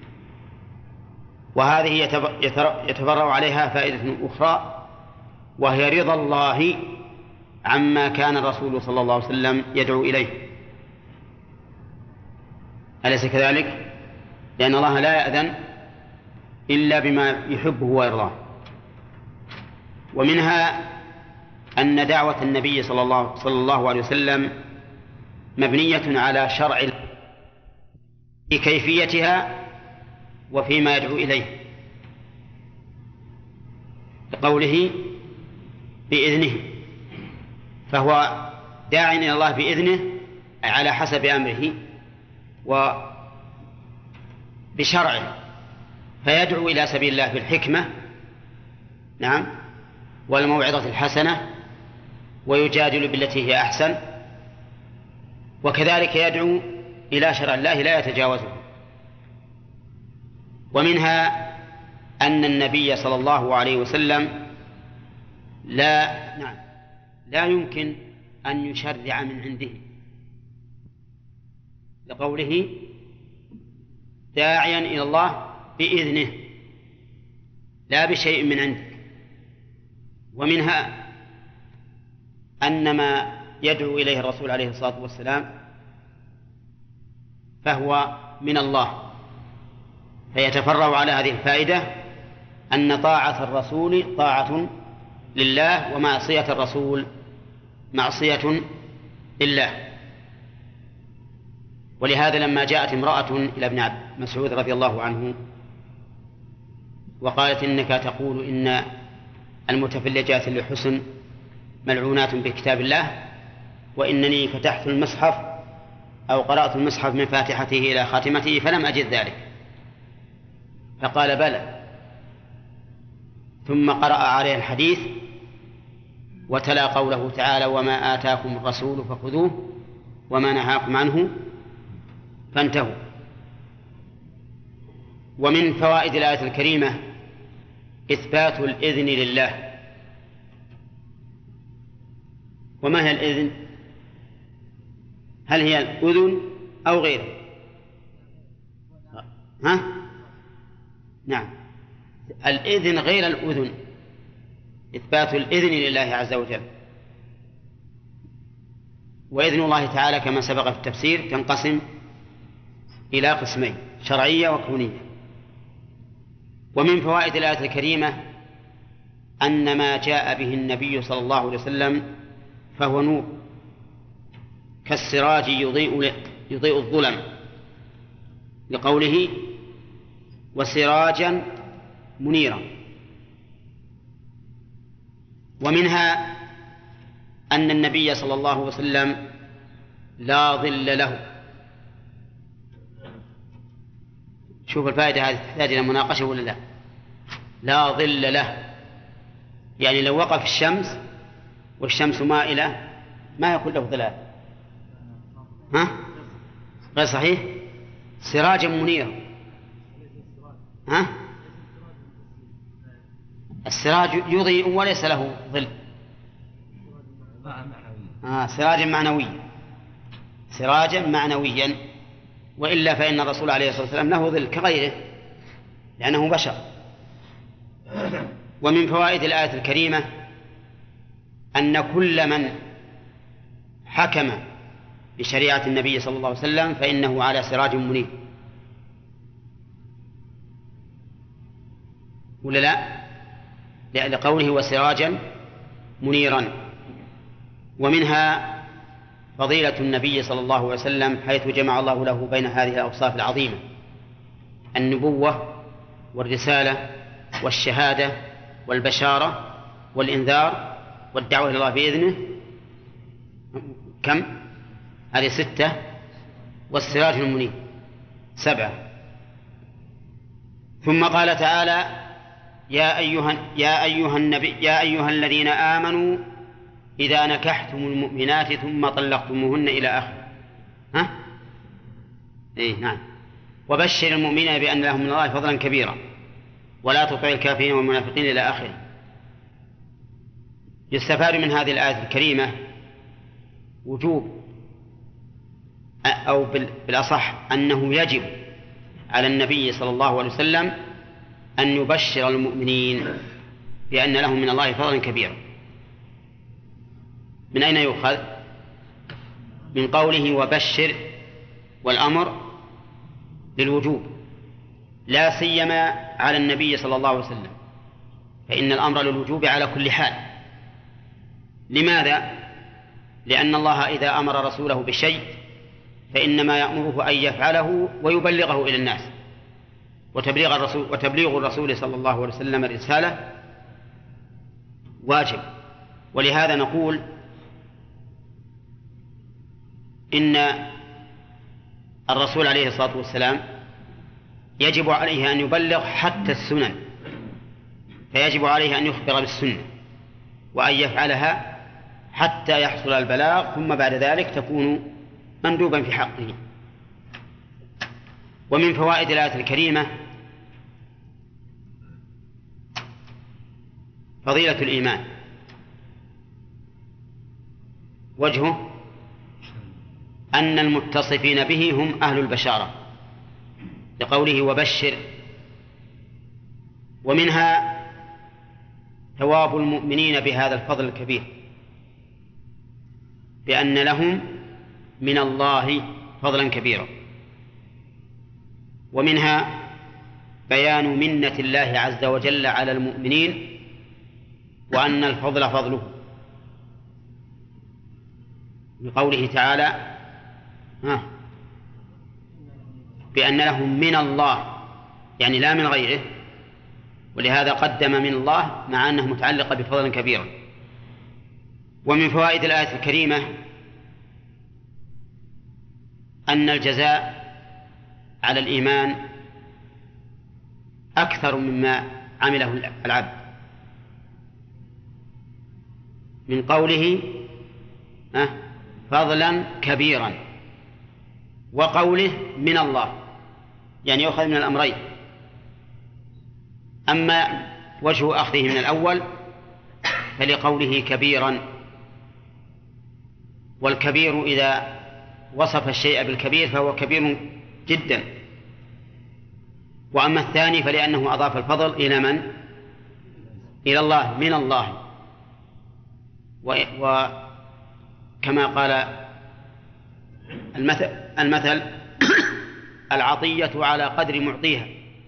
وهذه يتفرع عليها فائدة أخرى، وهي رضا الله عما كان الرسول صلى الله عليه وسلم يدعو إليه، أليس كذلك؟ لأن الله لا يأذن إلا بما يحبه ويرضاه. ومنها أن دعوة النبي صلى الله عليه وسلم مبنية على شرع في كيفيتها وفيما يدعو إليه، لقوله بإذنه، فهو داع إلى الله بإذنه على حسب أمره وبشرعه، فيدعو إلى سبيل الله بالحكمة، نعم، والموعظة الحسنة، ويجادل بالتي هي أحسن، وكذلك يدعو إلى شرع الله لا يتجاوزه. ومنها أن النبي صلى الله عليه وسلم لا يمكن أن يشرع من عنده، لقوله داعيا إلى الله بإذنه لا بشيء من عندك. ومنها أن ما يدعو إليه الرسول عليه الصلاة والسلام فهو من الله، فيتفرع على هذه الفائدة أن طاعة الرسول طاعة لله، ومعصية الرسول معصية لله. ولهذا لما جاءت امرأة إلى ابن مسعود رضي الله عنه وقالت إنك تقول إن المتفلجات لحسن ملعونات بكتاب الله، وإنني فتحت المصحف أو قرأت المصحف من فاتحته إلى خاتمته فلم أجد ذلك، فقال بلى، ثم قرأ عليه الحديث وتلا قوله تعالى وما آتاكم الرسول فخذوه وما نهاكم عنه فانتهوا. ومن فوائد الآية الكريمة إثبات الإذن لله. وما هي الإذن؟ هل هي الأذن أو غيره؟ نعم، الإذن غير الأذن، إثبات الإذن لله عز وجل. وإذن الله تعالى كما سبق في التفسير تنقسم إلى قسمين، شرعية وكونية. ومن فوائد الآية الكريمة أن ما جاء به النبي صلى الله عليه وسلم فهو نور كالسراج يضيء الظلم، لقوله وسراجا منيرا. ومنها أن النبي صلى الله عليه وسلم لا ظل له. شوف الفائدة هذه تحتاج إلى مناقشة ولا لا؟ لا ظل له، يعني لو وقف الشمس والشمس مائلة ما يكون له ظلال، غير صحيح؟ سراجا منيرا. السراج يضيء وليس له ظل. سراجا معنويا، سراجا معنويا، وإلا فإن الرسول عليه الصلاة والسلام له ظل كغيره لأنه بشر. ومن فوائد الآية الكريمة أن كل من حكم بشريعة النبي صلى الله عليه وسلم فإنه على سراج منير، ولا لا؟ لقوله وسراجا منيرا. ومنها فضيلة النبي صلى الله عليه وسلم حيث جمع الله له بين هذه الأوصاف العظيمة: النبوة والرسالة والشهادة والبشارة والإنذار والدعوة إلى الله بإذنه. كم؟ هذه 6. والسراج المنير 7. ثم قال تعالى: يا أيها الذين آمنوا إذا نكحتم المؤمنات ثم طلقتموهن إلى آخره. نعم. وبشر المؤمنين بأن لهم من الله فضلا كبيرا ولا تطع الكافرين والمنافقين إلى آخره. يستفاد من هذه الآية الكريمة وجوب، أو بالأصح أنه يجب على النبي صلى الله عليه وسلم أن يبشر المؤمنين بأن لهم من الله فضلا كبيرا. من أين يؤخذ؟ من قوله وبشر، والأمر للوجوب لا سيما على النبي صلى الله عليه وسلم، فإن الأمر للوجوب على كل حال. لماذا؟ لأن الله إذا أمر رسوله بشيء فإنما يأمره أن يفعله ويبلغه إلى الناس، وتبليغ الرسول صلى الله عليه وسلم الرسالة واجب. ولهذا نقول إن الرسول عليه الصلاة والسلام يجب عليه أن يبلغ حتى السنن، فيجب عليه أن يخبر بالسنة وأن يفعلها حتى يحصل البلاغ، ثم بعد ذلك تكون مندوبا في حقه. ومن فوائد الآية الكريمة فضيلة الإيمان. وجهه أن المتصفين به هم أهل البشارة لقوله وبشر. ومنها ثواب المؤمنين بهذا الفضل الكبير، بأن لهم من الله فضلا كبيرا. ومنها بيان منة الله عز وجل على المؤمنين، وأن الفضل فضله، بقوله تعالى بأن لهم من الله، يعني لا من غيره، ولهذا قدم من الله مع أنه متعلقة بفضل كبير. ومن فوائد الآية الكريمة أن الجزاء على الإيمان أكثر مما عمله العبد، من قوله فضلا كبيرا، وقوله من الله، يعني يؤخذ من الأمرين. أما وجه أخذه من الأول فلقوله كبيرا، والكبير إذا وصف الشيء بالكبير فهو كبير جدا. وأما الثاني فلأنه أضاف الفضل إلى من؟ إلى الله، من الله. وكما قال المثل العطية على قدر معطيها،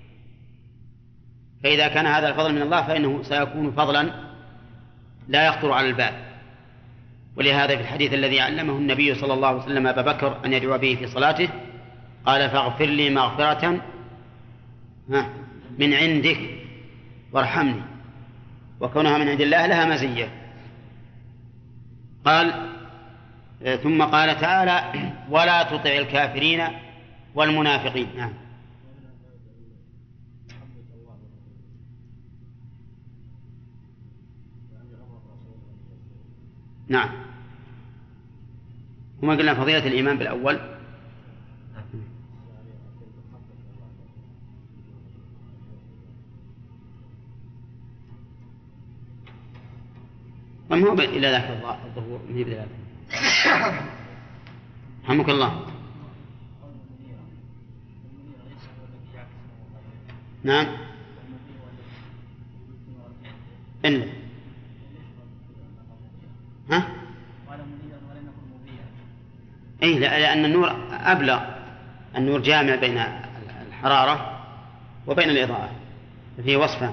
فإذا كان هذا الفضل من الله فإنه سيكون فضلا لا يخطر على البال. ولهذا في الحديث الذي علمه النبي صلى الله عليه وسلم أبا بكر أن يدعو به في صلاته قال فاغفر لي مغفرة من عندك وارحمني، وكونها من عند الله لها مزية. قال ثم قال تعالى ولا تطع الكافرين والمنافقين. نعم. وما قلنا فضيلة الإيمان بالأول. وما هو إلا ذاك الظهور من ذلك. رحمك الله. نعم. إلا أي لا، لأن النور أبلغ، النور جامع بين الحرارة وبين الإضاءة، فيه وصفة.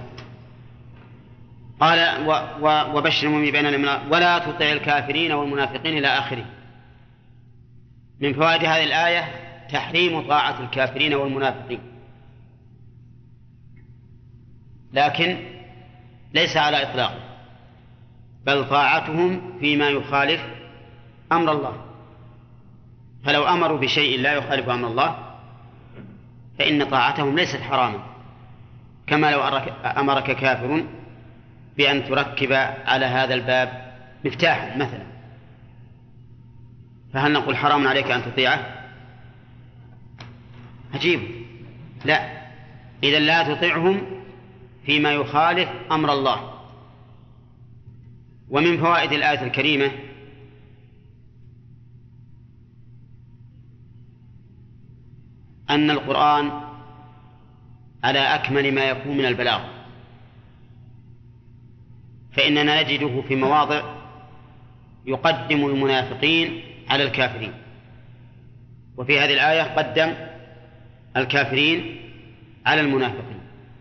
قال وبشر المؤمنين بأن ولا تطع الكافرين والمنافقين إلى آخره. من فوائد هذه الآية تحريم طاعة الكافرين والمنافقين، لكن ليس على إطلاقه، بل طاعتهم فيما يخالف أمر الله. فلو أمروا بشيء لا يخالف أمر الله فإن طاعتهم ليست حراما، كما لو أمرك كافر بأن تركب على هذا الباب مفتاحا مثلا، فهل نقول حرام عليك أن تطيعه؟ عجيب، لا، إذا لا تطيعهم فيما يخالف أمر الله. ومن فوائد الآية الكريمة أن القرآن على أكمل ما يكون من البلاغ، فإننا نجده في مواضع يقدم المنافقين على الكافرين، وفي هذه الآية قدم الكافرين على المنافقين،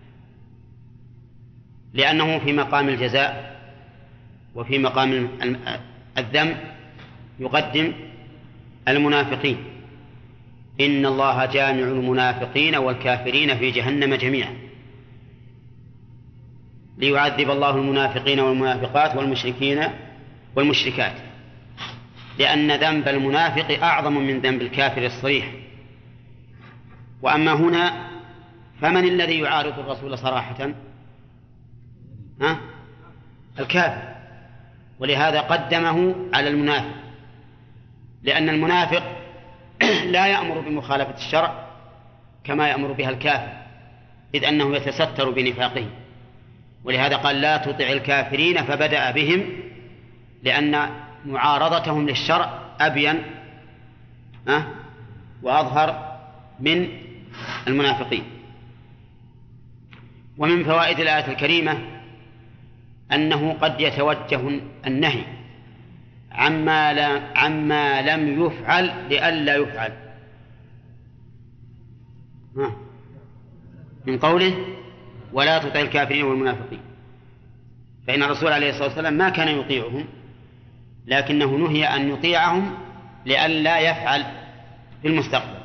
لأنه في مقام الجزاء وفي مقام الذم يقدم المنافقين. إن الله جامع المنافقين والكافرين في جهنم جميعا ليعذب الله المنافقين والمنافقات والمشركين والمشركات، لأن ذنب المنافق أعظم من ذنب الكافر الصريح. وأما هنا فمن الذي يعارض الرسول صراحة؟ الكافر، ولهذا قدمه على المنافق، لأن المنافق لا يأمر بمخالفة الشرع كما يأمر بها الكافر، إذ أنه يتستر بنفاقه، ولهذا قال لا تطع الكافرين، فبدأ بهم لأن معارضتهم للشرع أبين وأظهر من المنافقين. ومن فوائد الآية الكريمة أنه قد يتوجه النهي عما لم يفعل لئلا يفعل، من قوله ولا تطع الكافرين والمنافقين، فإن الرسول عليه الصلاة والسلام ما كان يطيعهم، لكنه نهي أن يطيعهم لئلا يفعل في المستقبل.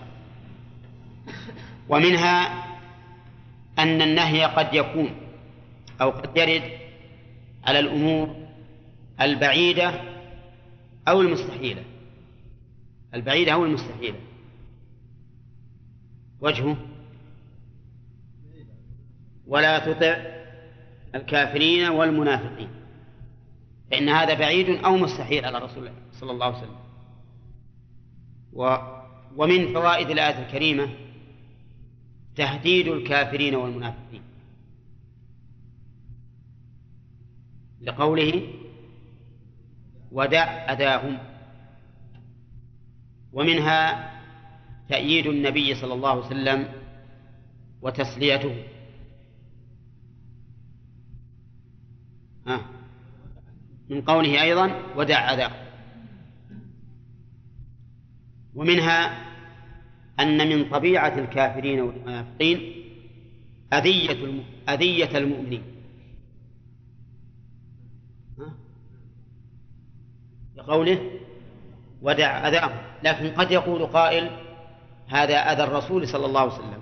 ومنها أن النهي قد يكون أو قد يرد على الأمور البعيدة أو المستحيلة، البعيدة أو المستحيلة. وجهه ولا تطع الكافرين والمنافقين، فإن هذا بعيد أو مستحيل على رسول الله صلى الله عليه وسلم. ومن فوائد الآية الكريمة تهديد الكافرين والمنافقين، لقوله ودع أذاهم. ومنها تأييد النبي صلى الله عليه وسلم وتسليته، من قوله أيضا ودع أذاهم. ومنها أن من طبيعة الكافرين والمنافقين أذية المؤمنين، بقوله ودع أذاهم. لكن قد يقول قائل هذا أذى الرسول صلى الله عليه وسلم،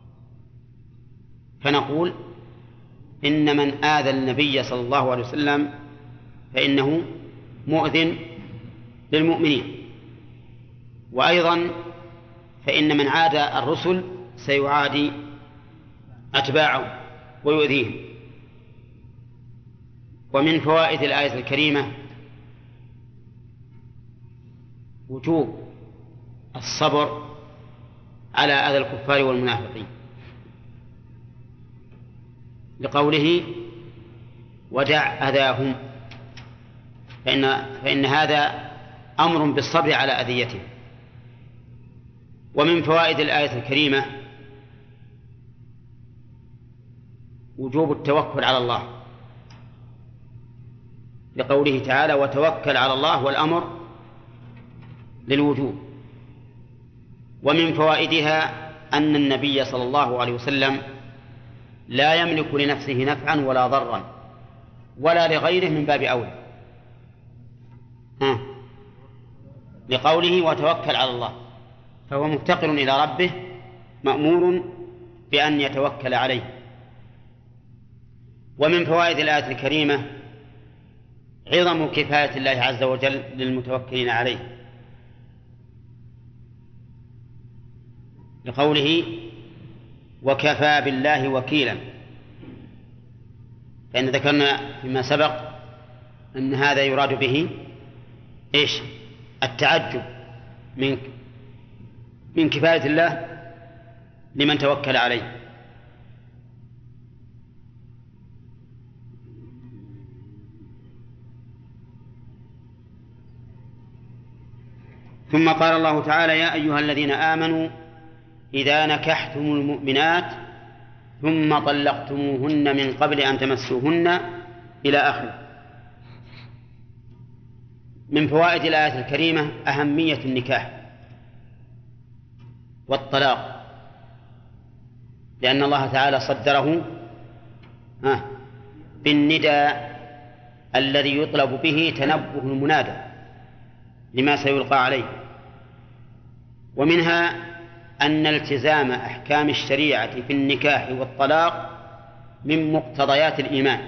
فنقول إن من آذى النبي صلى الله عليه وسلم فإنه مؤذن للمؤمنين، وأيضا فإن من عادى الرسل سيعادي أتباعه ويؤذيهم. ومن فوائد الآية الكريمة وجوب الصبر على أذى الكفار والمنافقين، لقوله ودع أذاهم، فإن هذا أمر بالصبر على أذيته. ومن فوائد الآية الكريمة وجوب التوكل على الله، لقوله تعالى وتوكل على الله، والأمر للوجوب. ومن فوائدها أن النبي صلى الله عليه وسلم لا يملك لنفسه نفعا ولا ضرا ولا لغيره من باب أولى. لقوله وتوكل على الله، فهو مفتقر إلى ربه مأمور بأن يتوكل عليه. ومن فوائد الآية الكريمة عظم كفاية الله عز وجل للمتوكلين عليه، لقوله وكفى بالله وكيلا. فإن ذكرنا فيما سبق أن هذا يراد به إيش؟ التعجب من كفاية الله لمن توكل عليه. ثم قال الله تعالى يا أيها الذين آمنوا إذا نكحتم المؤمنات ثم طلقتموهن من قبل أن تمسوهن إلى آخره. من فوائد الآية الكريمة أهمية النكاح والطلاق، لأن الله تعالى صدره بالنداء الذي يطلب به تنبه المنادى لما سيلقى عليه. ومنها أن التزام أحكام الشريعة في النكاح والطلاق من مقتضيات الإيمان.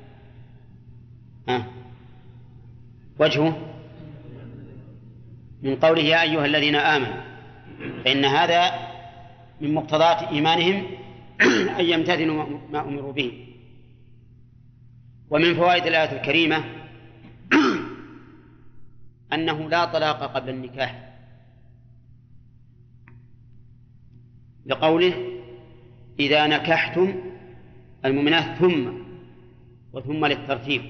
وجهه من قوله يا أيها الذين آمنوا، فإن هذا من مقتضيات إيمانهم أن يمتثلوا ما أمروا به. ومن فوائد الآية الكريمة أنه لا طلاق قبل النكاح، لقوله إذا نكحتم المؤمنات ثم للترتيب،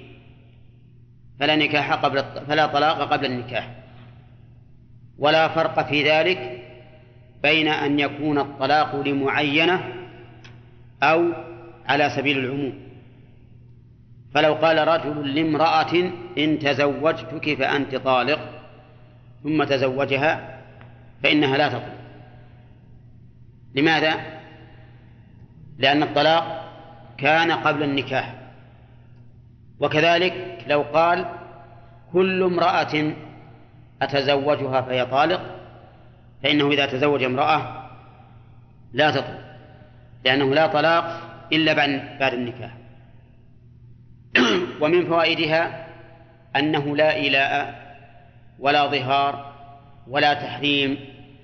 فلا طلاق قبل النكاح. ولا فرق في ذلك بين أن يكون الطلاق لمعينة أو على سبيل العموم. فلو قال رجل لامرأة إن تزوجتك فأنت طالق ثم تزوجها فإنها لا تطلق. لماذا؟ لأن الطلاق كان قبل النكاح. وكذلك لو قال كل امرأة أتزوجها فهي طالق، فإنه إذا تزوج امرأة لا تطلق، لأنه لا طلاق إلا بعد النكاح. ومن فوائدها أنه لا إيلاء ولا ظهار ولا تحريم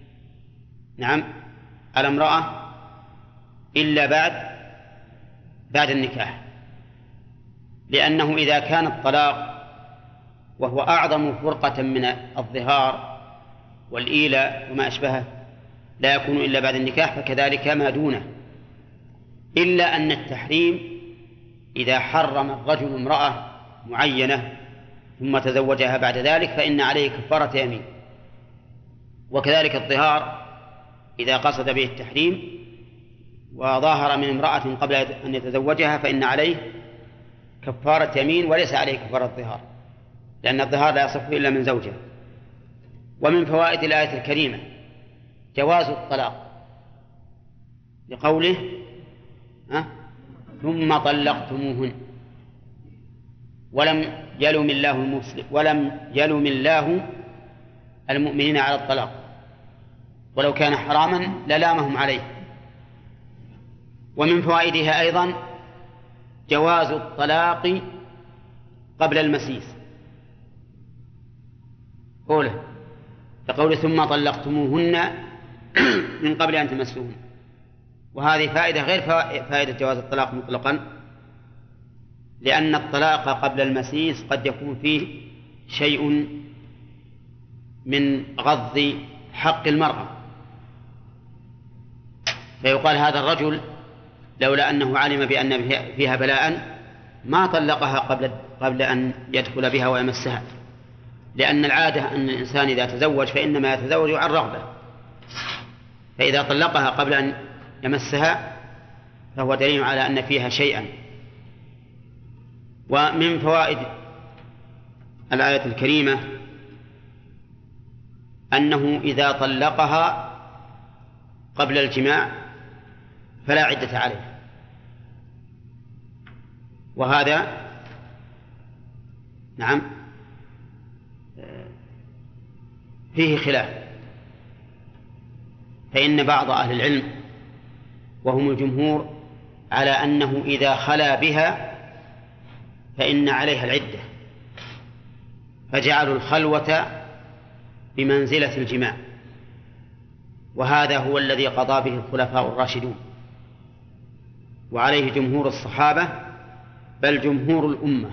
على امرأة إلا بعد النكاح، لأنه إذا كان الطلاق وهو أعظم فرقة من الظهار والإيلاء وما أشبهه لا يكون إلا بعد النكاح، فكذلك ما دونه. إلا أن التحريم إذا حرم الرجل امرأة معينة ثم تزوجها بعد ذلك فإن عليه كفارة يمين. وكذلك الظهار إذا قصد به التحريم وظاهر من امرأة قبل أن يتزوجها فإن عليه كفارة يمين وليس عليه كفارة ظهار، لأن الظهار لا يصح إلا من زوجه. ومن فوائد الآية الكريمة جواز الطلاق، لقوله ثم طلقتموهن، ولم يلم الله المؤمنين على الطلاق، ولو كان حراما للامهم عليه. ومن فوائدها أيضا جواز الطلاق قبل المسيس، فقوله ثم طلقتموهن من قبل أن تمسوهن. وهذه فائدة غير فائدة جواز الطلاق مطلقا، لأن الطلاق قبل المسيس قد يكون فيه شيء من غض حق المرأة، فيقال هذا الرجل لولا أنه علم بأن فيها بلاء ما طلقها قبل أن يدخل بها ويمسها، لأن العادة أن الإنسان إذا تزوج فإنما يتزوج عن رغبة، فإذا طلقها قبل أن يمسها فهو دليل على أن فيها شيئا. ومن فوائد الآية الكريمة أنه إذا طلقها قبل الجماع فلا عدة عليه، وهذا فيه خلاف، فإن بعض أهل العلم وهم الجمهور على أنه إذا خلا بها فإن عليها العدة، فجعلوا الخلوة بمنزلة الجماع، وهذا هو الذي قضى به الخلفاء الراشدون، وعليه جمهور الصحابة بل جمهور الأمة.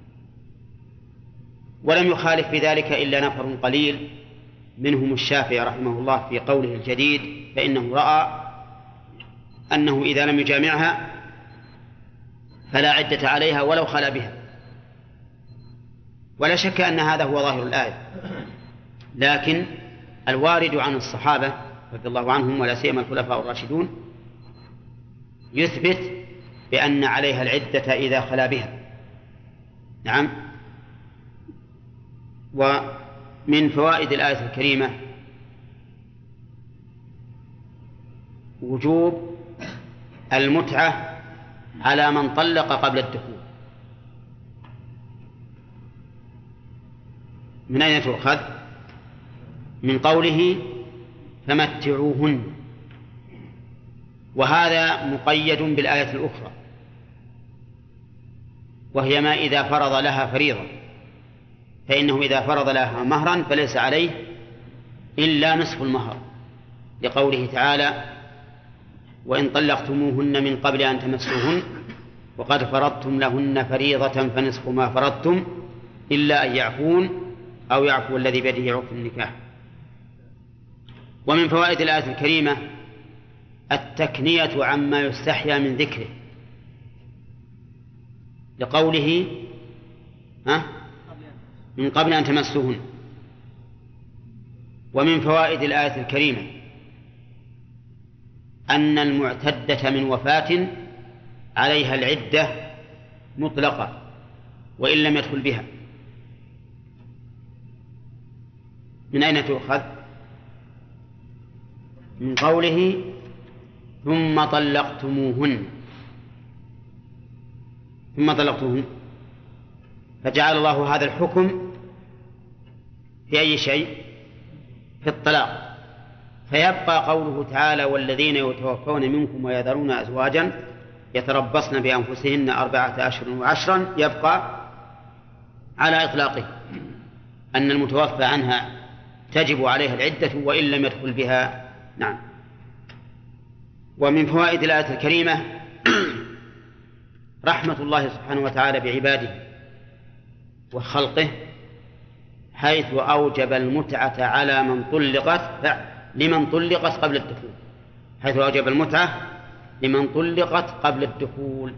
ولم يخالف بذلك إلا نفر قليل منهم الشافعي رحمه الله في قوله الجديد، فإنه رأى أنه إذا لم يجامعها فلا عدة عليها ولو خلا بها. ولا شك أن هذا هو ظاهر الآية، لكن الوارد عن الصحابة رضي الله عنهم ولا سيما الخلفاء الراشدون يثبت بأن عليها العدة إذا خلا بها. نعم. ومن فوائد الآية الكريمة وجوب المتعة على من طلق قبل الدخول. من أين تؤخذ؟ من قوله فمتعوهن، وهذا مقيد بالآية الأخرى وهي ما إذا فرض لها فريضة، فإنه إذا فرض لها مهرا فليس عليه إلا نصف المهر، لقوله تعالى وإن طلقتموهن من قبل أن تمسوهن وقد فرضتم لهن فريضة فنصف ما فرضتم إلا أن يعفون أو يعفو الذي بيده عقد النكاح. ومن فوائد الآية الكريمة التكنية عما يستحيا من ذكره، لقوله من قبل أن تمسوهن. ومن فوائد الآية الكريمة أن المعتدة من وفاة عليها العدة مطلقة وإن لم يدخل بها. من أين تؤخذ؟ من قوله ثم طلقتموهن، فجعل الله هذا الحكم في أي شيء؟ في الطلاق. فيبقى قوله تعالى والذين يتوفون منكم ويذرون أزواجا يتربصن بأنفسهن 4 أشهر و10، يبقى على إطلاقه أن المتوفى عنها تجب عليها العدة وإن لم يدخل بها. نعم. ومن فوائد الآية الكريمة رحمة الله سبحانه وتعالى بعباده وخلقه، حيث أوجب المتعة على من لمن طلقت قبل الدخول، حيث أوجب المتعة لمن طلقت قبل الدخول.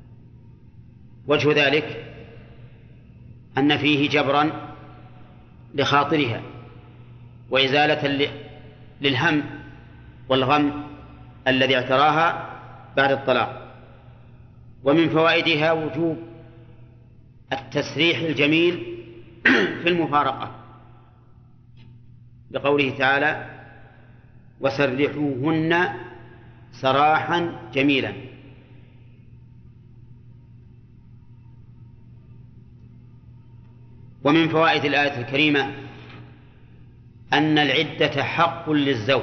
وجه ذلك أن فيه جبرا لخاطرها وإزالة للهم والغم الذي اعتراها بعد الطلاق. ومن فوائدها وجوب التسريح الجميل في المفارقة، بقوله تعالى وسرحوهن سراحا جميلا. ومن فوائد الآية الكريمة أن العدة حق للزوج.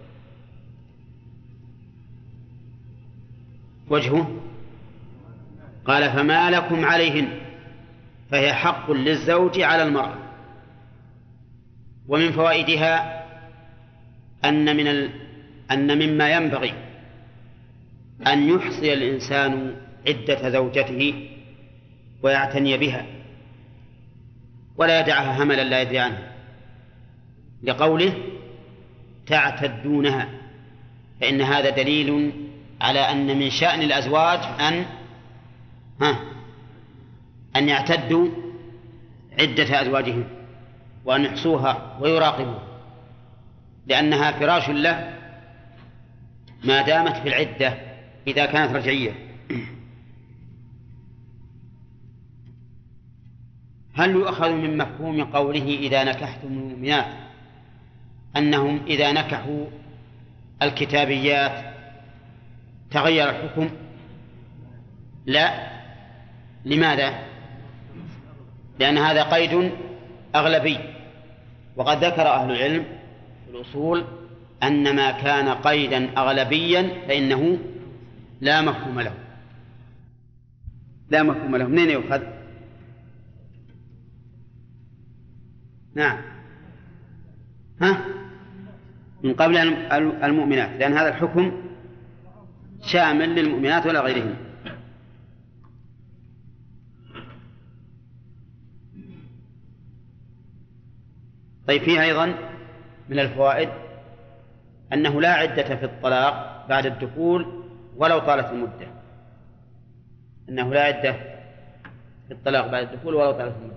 وجهه قال فما لكم عليهن، فهي حق للزوج على المرأة. ومن فوائدها أن مما ينبغي أن يحصي الإنسان عدة زوجته ويعتني بها ولا يدعها هملا لا يدري عنها، لقوله تعتدونها، فإن هذا دليل على أن من شأن الأزواج أن يعتدوا عدة أزواجهم وأن يحصوها ويراقبوها، لأنها فراش له ما دامت في العدة إذا كانت رجعية. هل يؤخذ من مفهوم قوله إذا نكحتم المؤمنات أنهم إذا نكحوا الكتابيات تغير الحكم؟ لا. لماذا؟ لأن هذا قيد أغلبي، وقد ذكر أهل العلم في الأصول أن ما كان قيدا أغلبيا فإنه لا مفهوم له. لا مفهوم له. منين يؤخذ؟ نعم، من قبل المؤمنات، لأن هذا الحكم شامل للمؤمنات ولا غيرهن. طيب، فيه أيضا من الفوائد أنه لا عدة في الطلاق بعد الدخول ولو طالت المدة. أنه لا عدة في الطلاق بعد الدخول ولو طالت المدة.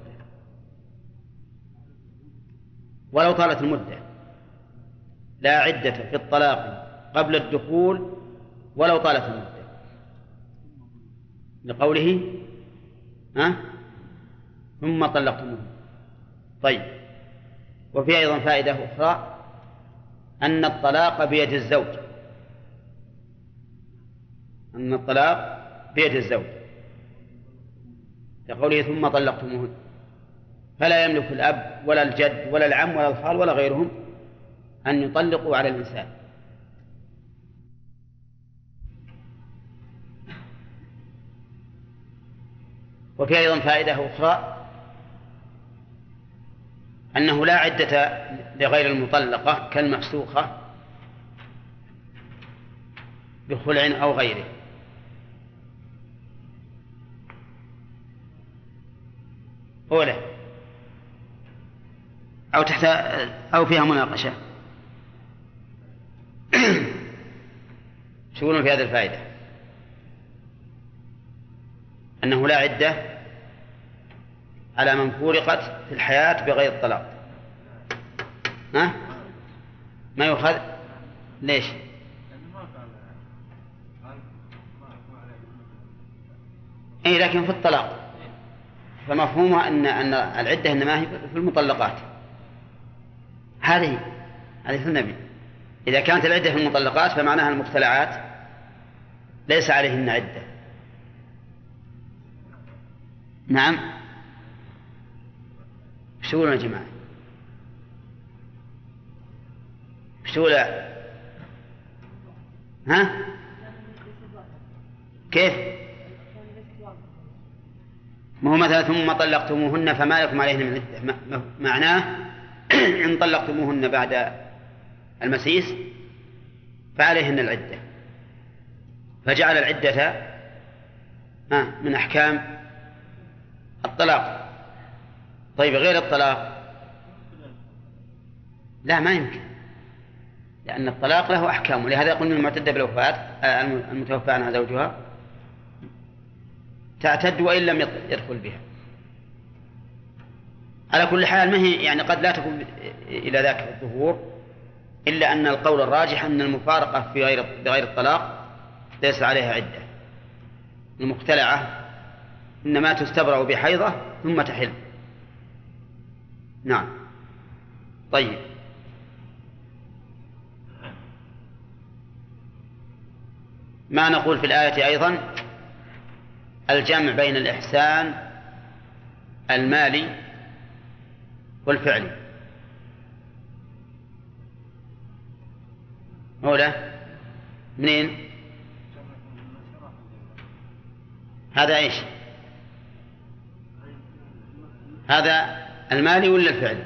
ولو طالت المدة لا عدة في الطلاق قبل الدخول ولو طالت المدة، لقوله ثم طلقتموه. طيب، وفي أيضا فائدة أخرى أن الطلاق بيد الزوج. أن الطلاق بيد الزوج، لقوله ثم طلقتموه، فلا يملك الأب ولا الجد ولا العم ولا الخال ولا غيرهم أن يطلقوا على الإنسان. وفي أيضا فائدة أخرى أنه لا عدة لغير المطلقة كالمفسوخة بخلع أو غيره. أولى أو تحت أو فيها مناقشة. شو يقولون في هذه الفائدة؟ أنه لا عدة على من فورقت في الحياة بغير الطلاق. ما يؤخذ. ليش؟ أي، لكن في الطلاق فمفهومها أن العدة إنما هي في المطلقات. هذه في النبي. إذا كانت العدة في المطلقات فمعناها المختلعات ليس عليهن عدة. نعم، شو يا جماعة؟ شو لا؟ كيف؟ ما هو مثلا ثم طلقتموهن فما لكم عليهن من عدة، معناه إن طلقتموهن بعد المسيس فعليهن العدة، فجعل العدة من أحكام الطلاق. طيب، غير الطلاق لا، ما يمكن، لأن الطلاق له أحكام، ولهذا يقول المعتدة بالوفاة المتوفى عنها زوجها تعتد وإن لم يدخل بها. على كل حال ما هي يعني قد لا تكون إلى ذاك الظهور، إلا أن القول الراجح أن المفارقة بغير الطلاق ليس عليها عدة. المختلعة إنما تستبرأ بحيضة ثم تحل. نعم. طيب، ما نقول في الآية أيضا الجمع بين الإحسان المالي والفعلي. أولى منين؟ هذا إيش؟ هذا المالي ولا الفعل؟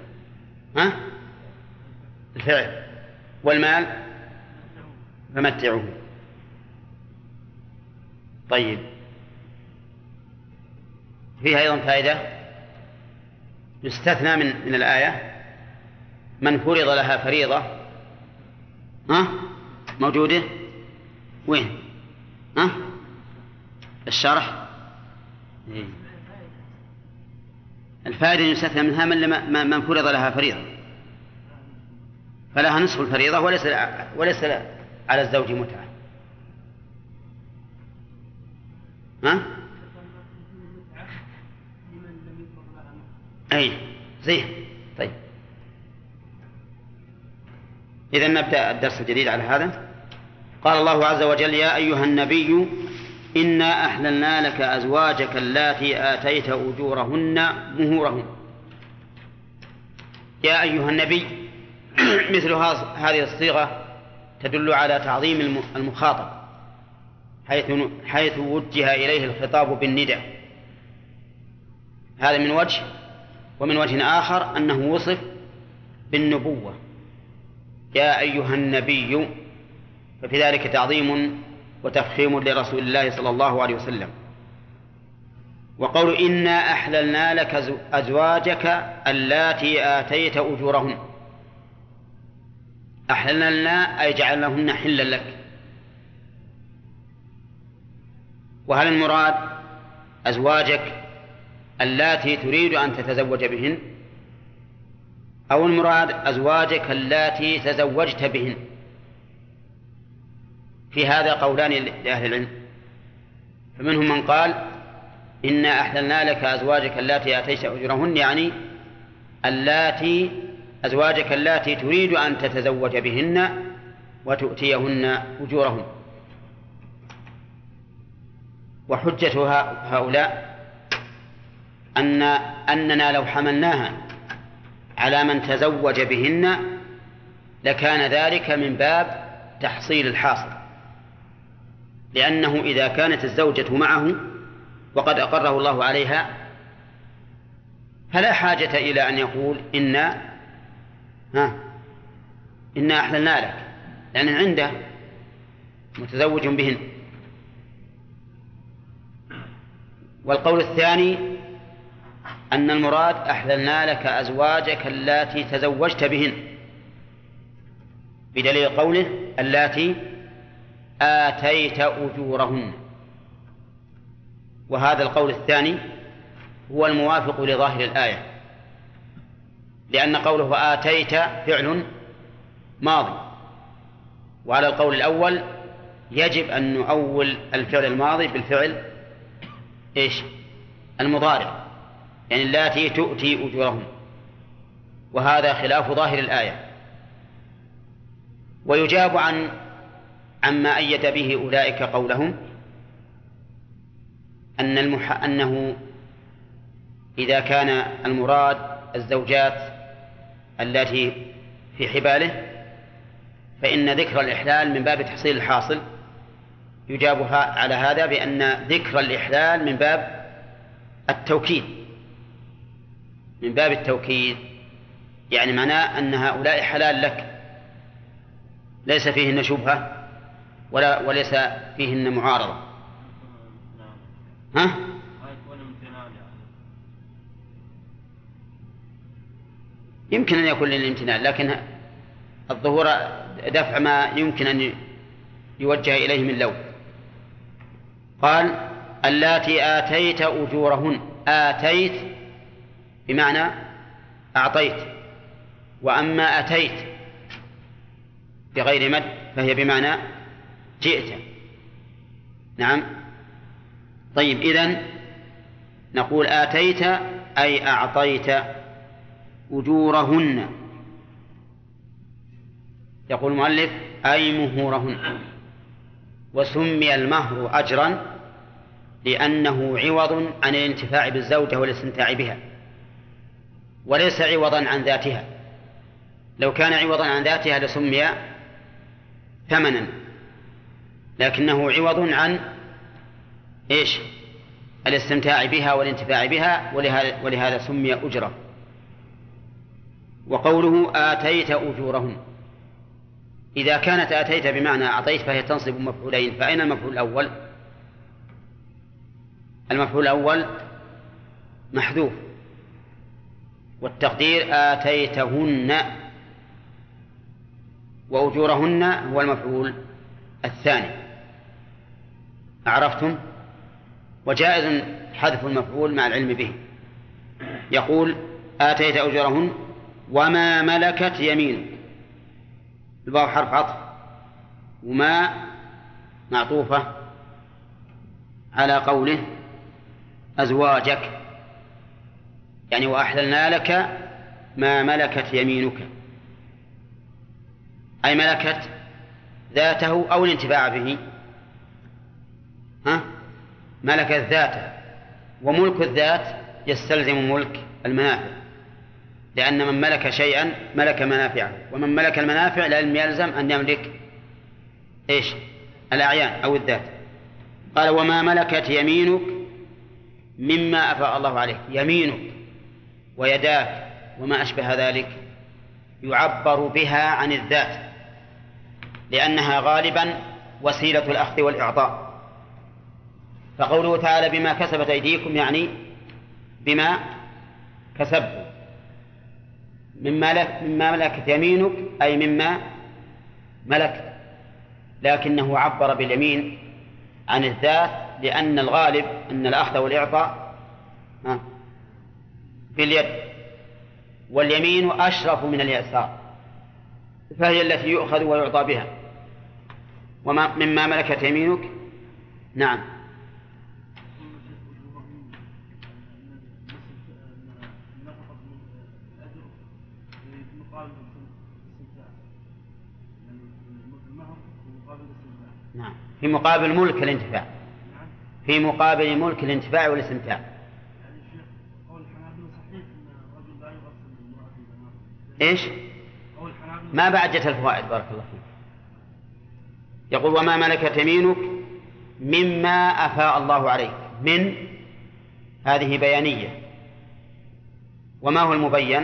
الفعل. والمال فمتعوه. طيب، فيها أيضا فائدة يستثنى من الآية من فرض لها فريضة. موجودة وين؟ الشرح. الفائدة يستثنى منها من فرض لها فريضة، فلها نصف الفريضة وليس على الزوج متعة. أي زين. طيب، إذا نبدأ الدرس الجديد على هذا. قال الله عز وجل: يا أيها النبي إنا أحللنا لك أزواجك اللاتي آتيت أجورهن مهورهن. يا أيها النبي مثل هذه الصيغة تدل على تعظيم المخاطب حيث وجه إليه الخطاب بالنداء. هذا من وجه، ومن وجه آخر أنه وصف بالنبوة يا أيها النبي، ففي ذلك تعظيم وتفخيم لرسول الله صلى الله عليه وسلم. وقول إنا أحللنا لك أزواجك اللاتي آتيت أجورهن، أحللنا لنا أي جعلناهن حلا لك. وهل المراد أزواجك اللاتي تريد أن تتزوج بهن، أو المراد أزواجك اللاتي تزوجت بهن؟ في هذا قولان لأهل العلم، فمنهم من قال إنا أحللنا لك أزواجك اللاتي آتيت أجورهن، يعني أزواجك اللاتي تريد أن تتزوج بهن وتؤتيهن أجورهن. وحجة هؤلاء أننا لو حملناها على من تزوج بهن لكان ذلك من باب تحصيل الحاصل، لأنه إذا كانت الزوجة معه وقد أقره الله عليها فلا حاجة إلى أن يقول إنا أحللنا لك، لأن عنده متزوج بهن. والقول الثاني أن المراد أحللنا لك أزواجك اللاتي تزوجت بهن، بدليل قوله اللاتي آتيت أجورهن. وهذا القول الثاني هو الموافق لظاهر الآية، لأن قوله آتيت فعل ماضي، وعلى القول الأول يجب أن نؤول الفعل الماضي بالفعل المضارع، يعني اللاتي تؤتي أجورهن، وهذا خلاف ظاهر الآية. ويجاب عما أيد به أولئك قولهم أنه إذا كان المراد الزوجات التي في حباله فإن ذكر الإحلال من باب تحصيل الحاصل. يجاب على هذا بأن ذكر الإحلال من باب التوكيد، من باب التوكيد، يعني معناه أن هؤلاء حلال لك، ليس فيهن شبهة وليس فيهن معارضة. يمكن أن يكون للامتنان، لكن الظهور دفع ما يمكن أن يوجه إليه من لون. قال اللاتي آتيت أجورهن، آتيت بمعنى أعطيت، وأما أتيت بغير مد فهي بمعنى جئت. نعم. طيب، إذن نقول آتيت أي أعطيت أجورهن. يقول المؤلف أي مهورهن. وسمي المهر أجرا لأنه عوض عن الانتفاع بالزوجة والاستمتاع بها، وليس عوضا عن ذاتها. لو كان عوضا عن ذاتها لسمي ثمنا، لكنه عوض عن الاستمتاع بها والانتفاع بها، ولهذا سمي أجرة. وقوله آتيت أجورهن، إذا كانت آتيت بمعنى أعطيت فهي تنصب مفعولين، فأين المفعول الأول؟ المفعول الأول محذوف، والتقدير آتيتهن، وأجورهن هو المفعول الثاني. أعرفتم؟ وجائز حذف المفعول مع العلم به. يقول آتيت أجورهن وما ملكت يمينك، الواو حرف عطف، وما معطوفة على قوله أزواجك، يعني وأحللنا لك ما ملكت يمينك، أي ملكت ذاته أو الانتفاع به. ملكت ذاته، وملك الذات يستلزم ملك المنافع، لأن من ملك شيئا ملك منافعه، ومن ملك المنافع لم يلزم أن يملك إيش؟ الأعيان أو الذات. قال وما ملكت يمينك مما أفاء الله عليك. يمينك ويداك وما أشبه ذلك يعبر بها عن الذات، لأنها غالبا وسيلة الأخذ والإعطاء. فقوله تعالى بما كسبت أيديكم يعني بما كسبتم. مما ملكت يمينك أي مما ملكت، لكنه عبر باليمين عن الذات لأن الغالب أن الأخذ والإعطاء باليد، واليمين أشرف من اليسار، فهي التي يؤخذ ويعطى بها. وما مما ملكت يمينك. نعم. نعم في مقابل ملك الانتفاع، في مقابل ملك الانتفاع والاستمتاع. ايش؟ ما بعجت الفوائد بارك الله فيك. يقول وما ملكت يمينك مما أفاء الله عليك. من هذه بيانية. وما هو المبين؟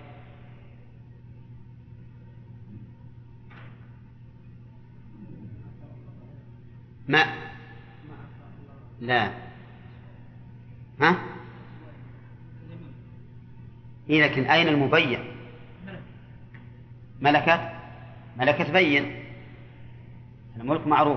ما لا ها إيه، لكن أين المبين؟ ملكت بين، الملك معروف.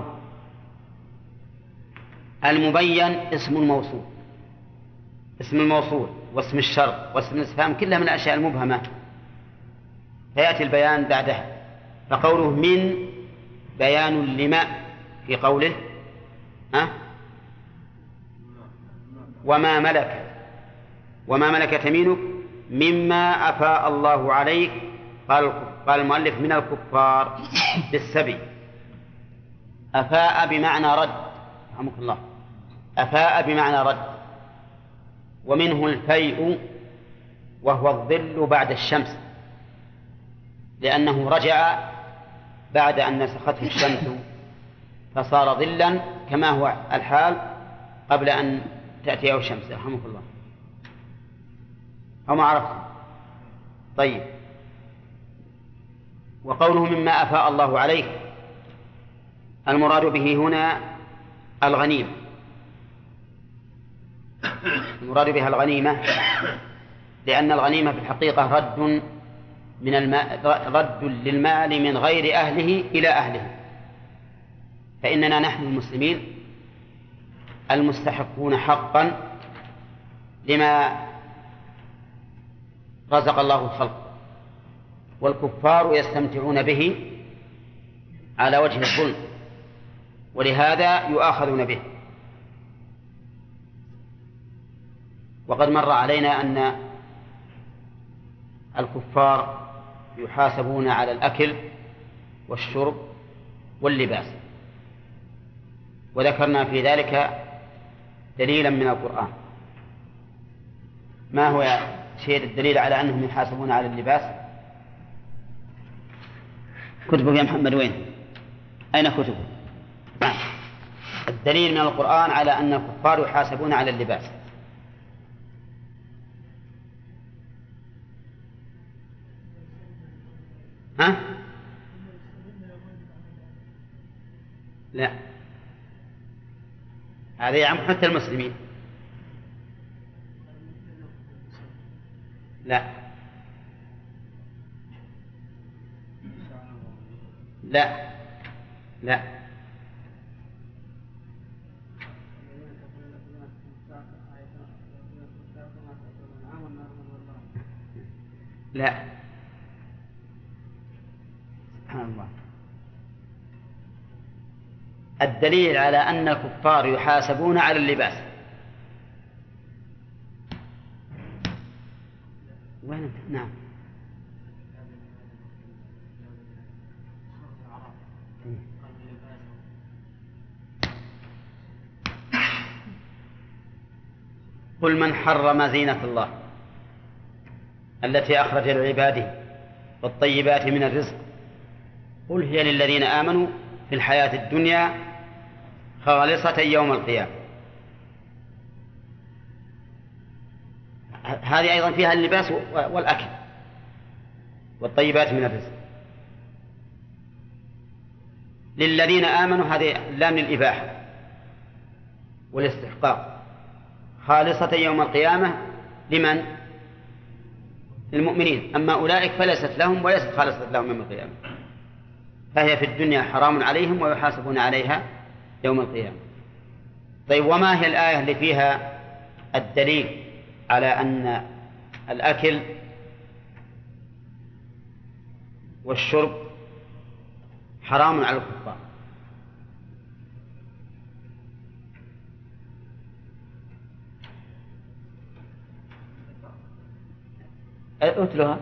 المبين اسم الموصول، اسم الموصول واسم الشرط واسم الاستفهام كلها من الأشياء المبهمة، فيأتي البيان بعدها. فقوله من بيان لما في قوله وما ملكت يمينك مما أفاء الله عليك. قال المؤلف من الكفار بالسبي. أفاء بمعنى رد، رحمك الله، أفاء بمعنى رد. ومنه الفيء وهو الظل بعد الشمس، لأنه رجع بعد أن نسخته الشمس فصار ظلا كما هو الحال قبل أن تأتيه الشمس، رحمك الله. أو ما عرفتم؟ طيب. وقوله مما أفاء الله عليك المراد به هنا الغنيمة، المراد بها الغنيمة، لأن الغنيمة في الحقيقة رد للمال من غير أهله إلى أهله. فإننا نحن المسلمين المستحقون حقا لما رزق الله الخلق، والكفار يستمتعون به على وجه الظلم، ولهذا يؤاخذون به. وقد مر علينا أن الكفار يحاسبون على الأكل والشرب واللباس، وذكرنا في ذلك دليلا من القرآن. ما هو شيء الدليل على أنهم يحاسبون على اللباس؟ كتبك يا محمد وين؟ أين كتبك؟ الدليل من القرآن على أن الكفار يحاسبون على اللباس. ها؟ لا، هذا يعم حتى المسلمين. لا لا لا لا، سبحان الله. الدليل على أن الكفار يحاسبون على اللباس. وين أنت؟ نعم. قل من حرم زينة الله التي أخرج لعباده والطيبات من الرزق قل هي للذين آمنوا في الحياة الدنيا خالصة يوم القيامة. هذه أيضا فيها اللباس والأكل والطيبات من الرزق. للذين آمنوا هذه لام للإباحة والاستحقاق، خالصة يوم القيامة لمن؟ المؤمنين. أما أولئك فليست لهم وليست خالصة لهم يوم القيامة، فهي في الدنيا حرام عليهم ويحاسبون عليها يوم القيامة. طيب، وما هي الآية اللي فيها الدليل على أن الأكل والشرب حرام على الكفار؟ أتلها.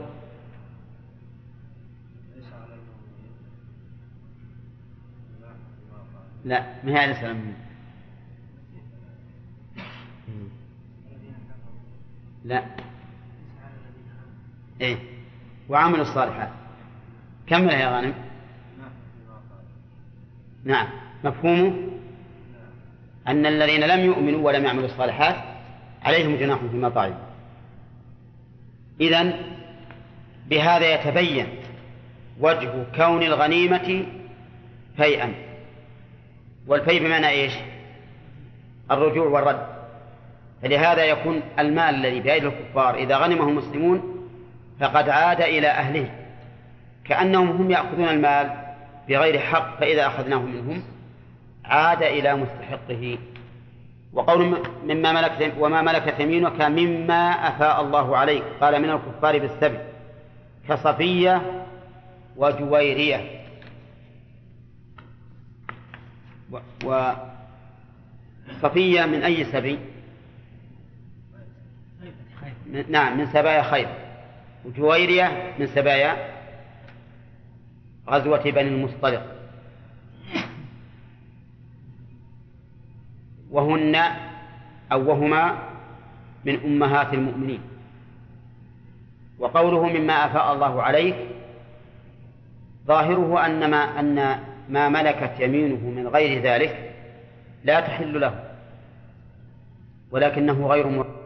لا، ما هي عليه السلام. لا، إيه، وعملوا الصالحات. كمل يا غانم. نعم، مفهومه أن الذين لم يؤمنوا ولم يعملوا الصالحات عليهم جناح فيما طعموا. إذن بهذا يتبين وجه كون الغنيمة فيئا، والفيء بمعنى إيش؟ الرجوع والرد. فلهذا يكون المال الذي بأيدي الكفار إذا غنمه المسلمون فقد عاد إلى أهله، كأنهم هم يأخذون المال بغير حق، فإذا أخذناه منهم عاد إلى مستحقه. وقول وما ملكت يمينك مما أفاء الله عليك، قال من الكفار بالسبي كصفية وجويرية. وصفية من أي سبي؟ نعم، من سبايا خير. وجويرية من سبايا غزوة بني المصطلق. وهما من أمهات المؤمنين. وقوله مما أفاء الله عليك ظاهره أن ما ملكت يمينه من غير ذلك لا تحل له، ولكنه غير